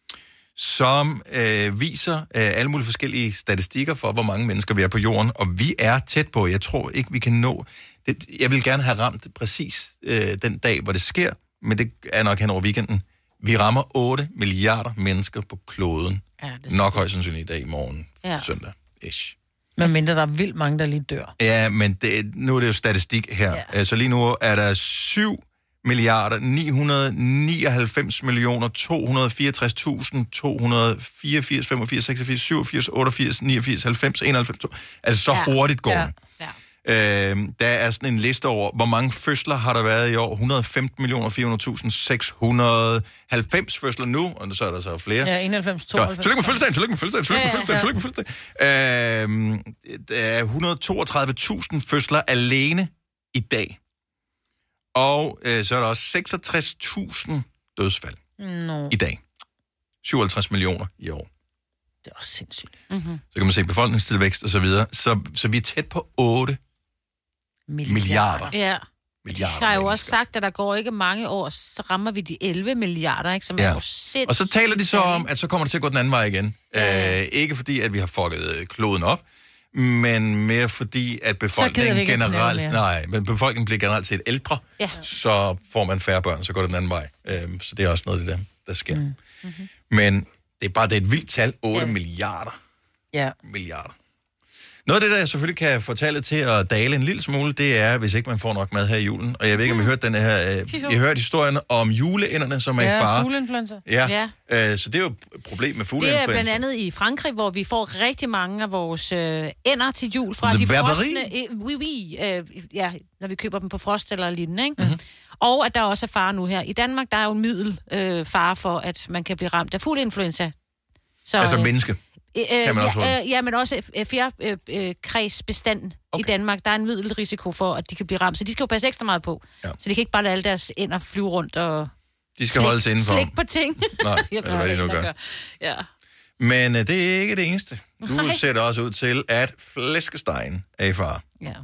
S1: som øh, viser øh, alle mulige forskellige statistikker for, hvor mange mennesker vi er på jorden, og vi er tæt på. Jeg tror ikke, vi kan nå... Det, jeg vil gerne have ramt præcis øh, den dag, hvor det sker, men det er nok hen over weekenden. Vi rammer otte milliarder mennesker på kloden.
S3: Ja,
S1: nok højst sandsynligt i dag i morgen,
S3: Ja.
S1: søndag. Ish.
S3: Men mindre der er vildt mange, der lige dør.
S1: Ja, men det, nu er det jo statistik her. Ja. Så lige nu er der syv milliarder ni hundrede nioghalvfems millioner to hundrede fireogtres tusind to hundrede fireogfirs, femogfirs, seksogfirs, syvogfirs, otteogfirs, niogfirs, halvfems, enoghalvfems. Altså så
S2: Ja.
S1: hurtigt går
S2: Ja.
S1: det. Øhm, der er sådan en liste over, hvor mange fødsler har der været i år. et hundrede og femten millioner fire hundrede tusind seks hundrede og halvfems fødsler nu, og så er der så flere.
S3: Ja, enoghalvfems,
S1: Så,
S3: tooghalvfems.
S1: tillykke med fødselsdagen, tillykke med fødselsdagen, tillykke med
S3: Ja, ja,
S1: fødselsdagen, tillykke med fødselsdagen. Øhm, der er et hundrede og toogtredive tusind fødsler alene i dag. Og øh, så er der også seksogtres tusind dødsfald
S3: Nå,
S1: i dag. syvoghalvtreds millioner i år.
S3: det er også sindssygt.
S2: Mm-hmm.
S1: Så kan man se befolkningstilvækst og så videre. Så, så vi er tæt på otte milliarder.
S2: Ja.
S1: milliarder
S2: Jeg har jo også
S1: mennesker.
S2: sagt, at der går ikke mange år, så rammer vi de elleve milliarder, ikke? Som
S1: Ja.
S2: er jo sindssygt.
S1: Og så taler de så om, at så kommer det til at gå den anden vej igen. Ja. Øh, ikke fordi, at vi har fucket øh, kloden op, men mere fordi, at
S3: gider vi
S1: befolkningen
S3: ikke at
S1: generelt...
S3: knæve mere.
S1: Nej, men befolkningen bliver generelt set ældre,
S2: Ja.
S1: så får man færre børn, så går det den anden vej. Øh, så det er også noget af det, der, der sker. Mm.
S3: Mm-hmm.
S1: Men det er bare det er et vildt tal. otte ja. milliarder.
S3: Ja.
S1: Milliarder. Noget af det, der selvfølgelig kan få tallet til at dale en lille smule, det er, hvis ikke man får nok mad her i julen. Og jeg ved ikke, om I har hørt den her... Øh, I har hørt historien om juleænderne, som er i
S3: Ja,
S1: fare.
S3: fugleinfluenza.
S1: Ja, ja. Øh, så det er jo et problem med
S2: Det
S1: fugleinfluenza.
S2: er blandt andet i Frankrig, hvor vi får rigtig mange af vores øh, ænder til jul fra
S1: The
S2: de
S1: Barberie?
S2: frosne... Øh, oui, oui, øh, ja, når vi køber dem på frost eller lignende, ikke?
S1: Mhm.
S2: Mm-hmm. Og at der også er fare nu her. I Danmark, der er jo en middel øh, fare for, at man kan blive ramt af fugleinfluenza. Så,
S1: Altså
S2: øh,
S1: menneske.
S2: Øh,
S1: Kan man også få
S2: ja,
S1: det?
S2: øh, ja, men også øh, fjerkræsbestand øh, okay. i Danmark. Der er en middelrisiko for, at de kan blive ramt. Så de skal jo passe ekstra meget på. Ja. Så de kan ikke bare lade alle deres ænder flyve rundt og...
S1: De skal holde sig indenfor.
S2: Slik på ting.
S1: Nej,
S2: Jeg
S1: eller hvad de nu
S2: plejer
S1: gør.
S2: Ja.
S1: Men øh, det er ikke det eneste. Du
S2: Nej.
S1: ser det også ud til, at flæskestegen er i fare.
S2: Ja.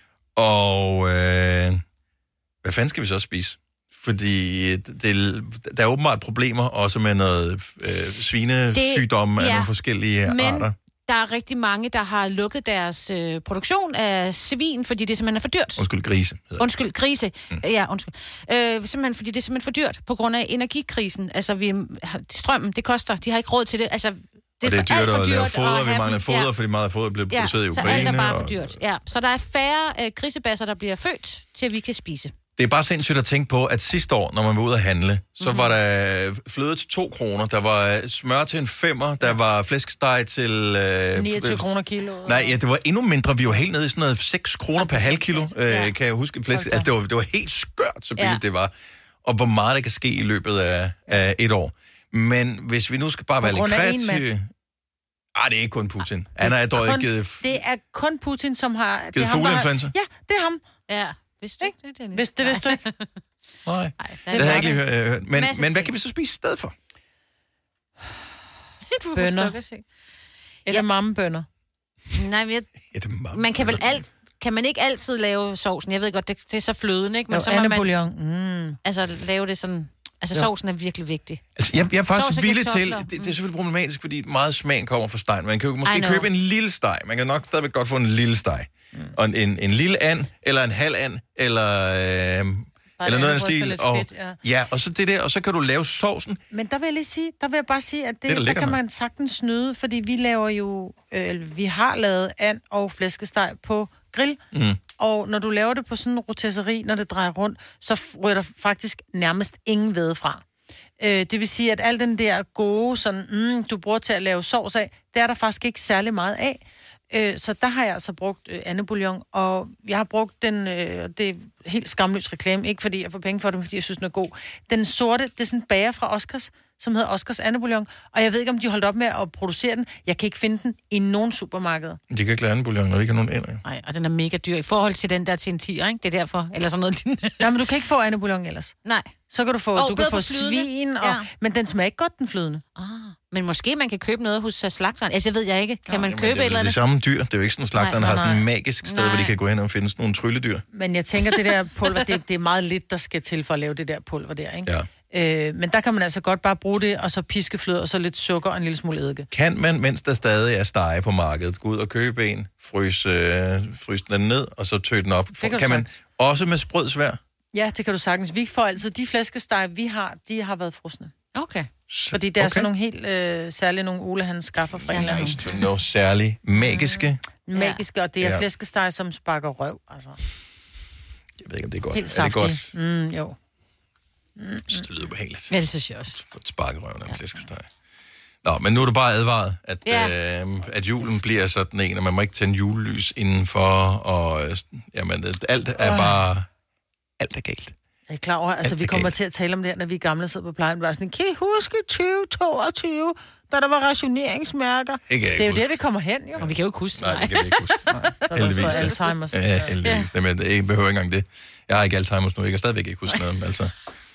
S1: Og øh, hvad fanden skal vi så spise? Fordi det, det, der er åbenbart problemer også med noget øh, svinesygdomme af
S2: ja,
S1: nogle forskellige
S2: men
S1: arter.
S2: der er rigtig mange, der har lukket deres øh, produktion af svin, fordi det simpelthen er for dyrt.
S1: Undskyld, grise. hedder det.
S2: Undskyld, grise. Mm. Ja, undskyld. Øh, simpelthen, fordi det er simpelthen for dyrt på grund af energikrisen. Altså, vi, strømmen, det koster. De har ikke råd til det. Altså,
S1: og det er dyrt
S2: alt for
S1: at lave
S2: dyrt
S1: foder,
S2: at
S1: vi
S2: have
S1: mangler
S2: dem.
S1: foder,
S2: Ja.
S1: fordi meget foder bliver
S2: Ja,
S1: produceret i
S2: så
S1: Ukraine.
S2: alt er bare for
S1: og-
S2: dyrt. Ja, så der er færre øh, grisebasser, der bliver født, til vi kan spise.
S1: Det er bare sindssygt at tænke på, at sidste år, når man var ude at handle, så mm-hmm. var der fløde til to kroner, der var smør til en femmer, der var flæskesteg til... Øh,
S3: niogtyve kroner kilo.
S1: Nej, ja, det var endnu mindre. Vi var helt nede i sådan noget seks kroner per halv kilo, øh, kan jeg huske. Flæsk. Altså, det, var, det var helt skørt, så billigt ja. det var. Og hvor meget der kan ske i løbet af, af et år. Men hvis vi nu skal bare være lidt kreative... Ah, det er ikke kun Putin. Han har dog ikke givet...
S3: Det er kun Putin, som har... det
S1: Givet
S3: er ham, der har-
S1: fugleinfluenza?
S3: Ja, det er ham.
S2: Ja, vidste du ikke det, Dennis?
S3: Hvis det vidste du ikke.
S1: Nej,
S2: Nej,
S1: det havde jeg ikke lige hørt. Men,
S2: Masse
S1: men hvad
S2: ting.
S1: kan vi så spise i stedet for?
S2: Du
S3: Bønner.
S2: Eller
S3: ja. mammebønner.
S2: Nej, men jeg, man kan vel alt... Kan man ikke altid lave sovsen? Jeg ved godt, det, det er så fløden, ikke? Men
S3: Jo,
S2: så må man
S3: andebouillon. Mm.
S2: altså lave det sådan... Altså,
S3: Jo.
S2: sovsen er virkelig vigtig.
S1: Altså, jeg, jeg er faktisk
S2: Sovs og
S1: villig til...
S2: kartofler.
S1: Det, det er selvfølgelig problematisk, fordi meget smagen kommer fra stegen. Man kan jo
S2: I
S1: måske
S2: know.
S1: købe en lille steg. Man kan nok stadigvæk godt få en lille steg. Mm. Og en, en, en lille and, eller en halv and, eller... Øh, eller noget af den stil. Og,
S3: fedt, ja.
S1: ja, og så det der, og så kan du lave sovsen.
S3: Men der vil jeg lige sige, der vil jeg bare sige, at det,
S1: Det er da
S3: det der
S1: lækkert
S3: kan
S1: nok.
S3: man sagtens snyde, fordi vi laver jo, øh, vi har lavet and og flæskesteg på grill,
S1: Mm.
S3: og når du laver det på sådan en rotisserie, når det drejer rundt, så ryger der faktisk nærmest ingen væde fra. Øh, det vil sige, at al den der gode, sådan, mm, du bruger til at lave sovs af, det er der faktisk ikke særlig meget af. Øh, så der har jeg altså brugt øh, andebouillon, og jeg har brugt den, øh, det er helt skamløs reklame, ikke fordi jeg får penge for det, men fordi jeg synes, den er god. Den sorte, det er sådan en bager fra Oscars, som hedder Oscars andebouillon, og jeg ved ikke, om de holdt op med at producere den. Jeg kan ikke finde den i nogen supermarkeder.
S1: De kan ikke lade anden bouillon, når de ikke har nogen ender.
S2: Nej, og den er mega dyr i forhold til den der til en tier, ikke? Det er derfor. Eller sådan noget.
S3: Nej, men du kan ikke få andebouillon ellers.
S2: Nej.
S3: Så kan du få,
S2: Og
S3: du
S2: både
S3: kan få
S2: på flydende.
S3: svin, og,
S2: Ja.
S3: men den smager ikke godt, den flydende.
S2: Ah, men måske man kan købe noget hos slagteren. Altså, jeg ved jeg ikke. Kan man
S1: Jamen,
S2: købe
S1: det er
S2: et eller
S1: vel det
S2: andet?
S1: samme dyr. Det er jo ikke sådan, at slagteren
S2: Nej,
S1: har
S2: nej,
S1: sådan en
S2: nej.
S1: magisk sted,
S2: Nej.
S1: hvor de kan gå hen og finde sådan nogle trylledyr.
S3: Men jeg tænker, det der pulver, det, det er meget lidt, der skal til for at lave det der pulver der, ikke?
S1: Ja.
S3: Øh, men der kan man altså godt bare bruge det, og så piskefløde, og så lidt sukker og en lille smule eddike.
S1: Kan man, mens der stadig er stege på markedet, gå ud og købe en, fryse, øh, fryse den ned, og så tø den op?
S3: kan du
S1: Kan man også med sprød svær?
S3: Ja, det kan du sagtens. Vi får altid, de flæskesteg, vi har, de har været frosne.
S2: Okay.
S3: Fordi det er
S1: okay.
S3: sådan nogle helt øh, særlige nogle Ole, han skaffer fra England.
S1: Nice to know. Særlig magiske.
S3: Magiske, og det er
S1: Ja.
S3: ja. flæskesteg, som sparker røv, altså.
S1: Jeg ved ikke, om det er godt.
S3: Helt
S1: er det
S3: saftige.
S1: godt?
S3: Mm, jo.
S1: Jeg synes, det lyder behageligt.
S2: Ja, det synes jeg også.
S1: For et sparkerøven af en flæskesteg. Nå, men nu er du bare advaret, at,
S2: Ja.
S1: øh, at julen bliver sådan en, og man må ikke tænde julelys indenfor, og øh, jamen, alt er
S3: Åh.
S1: bare... Alt er galt.
S3: Jeg er klar over, altså
S1: Alt
S3: vi
S1: er
S3: kommer
S1: galt.
S3: til at tale om det her, når vi er gamle og sidder på plejen. Bare sådan, kan I huske tyve toogtyve, da der var rationeringsmærker?
S1: Ikke, jeg
S3: det er jo
S1: huske.
S3: det, vi kommer hen, jo.
S2: Og vi kan jo ikke huske det.
S1: Nej, det kan vi ikke huske.
S3: Der
S1: Heldigvis.
S3: var
S1: da.
S3: Alzheimer's.
S1: Ja, heldigvis. Ja. Jamen, jeg behøver ikke engang det. Jeg har ikke Alzheimer's nu, jeg kan stadigvæk ikke huske noget. Altså.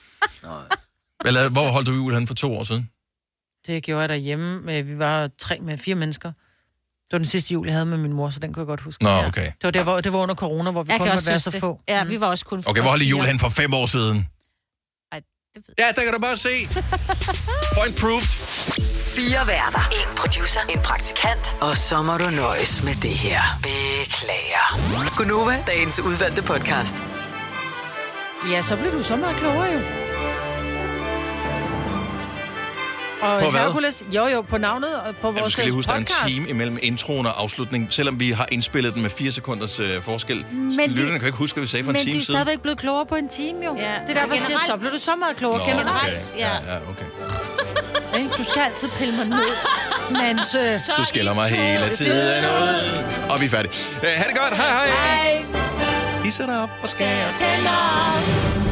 S1: Eller, hvor holdt du jul hen for to år siden?
S3: Det gjorde jeg derhjemme. Med, vi var tre med fire mennesker. Det var den sidste jul, jeg havde med min mor, så den kunne jeg godt huske.
S1: Nå, okay.
S3: Det var, der, hvor, det var under corona, hvor vi
S2: Jeg
S3: kun
S2: kan
S3: måtte
S2: også
S3: være
S2: synes
S3: så
S2: det.
S3: få.
S2: Ja, vi var også kun...
S1: Okay, hvor holdt I
S2: os
S1: jul
S2: fire.
S1: hen for fem år siden?
S2: Ej, det ved
S1: Ja, der kan du bare se. Point proved.
S4: Fire værter. En producer. En praktikant. Og så må du nøjes med det her. Beklager. Gunova, dagens udvalgte podcast.
S3: Ja, så blev du så meget klogere, jo. Og
S1: På hvad?
S3: Hercules, jo jo, på navnet og på
S1: Ja, du
S3: vores
S1: skal lige huske, der er en
S3: podcast.
S1: time imellem introen og afslutningen, selvom vi har indspillet den med fire sekunders øh, forskel.
S3: Men
S1: Lytterne
S3: vi-
S1: kan ikke huske, hvad vi sagde for en
S3: Men
S1: time
S3: de er
S1: siden.
S3: stadigvæk blevet klogere på en time, jo.
S2: Ja.
S3: Det er
S2: Altså
S3: derfor, jeg siger, så
S2: generelt-
S3: blev du så meget klogere
S1: Nå,
S3: generelt.
S1: okay. Ja, ja, okay.
S3: Ikke? Du skal altid pille mig ned, mens... Øh,
S1: Du skælder mig hele tiden ud. Og vi er færdige. Øh, ha' det godt. Hej, hej.
S3: Hej.
S1: I sætter op og skærer
S3: Tænder.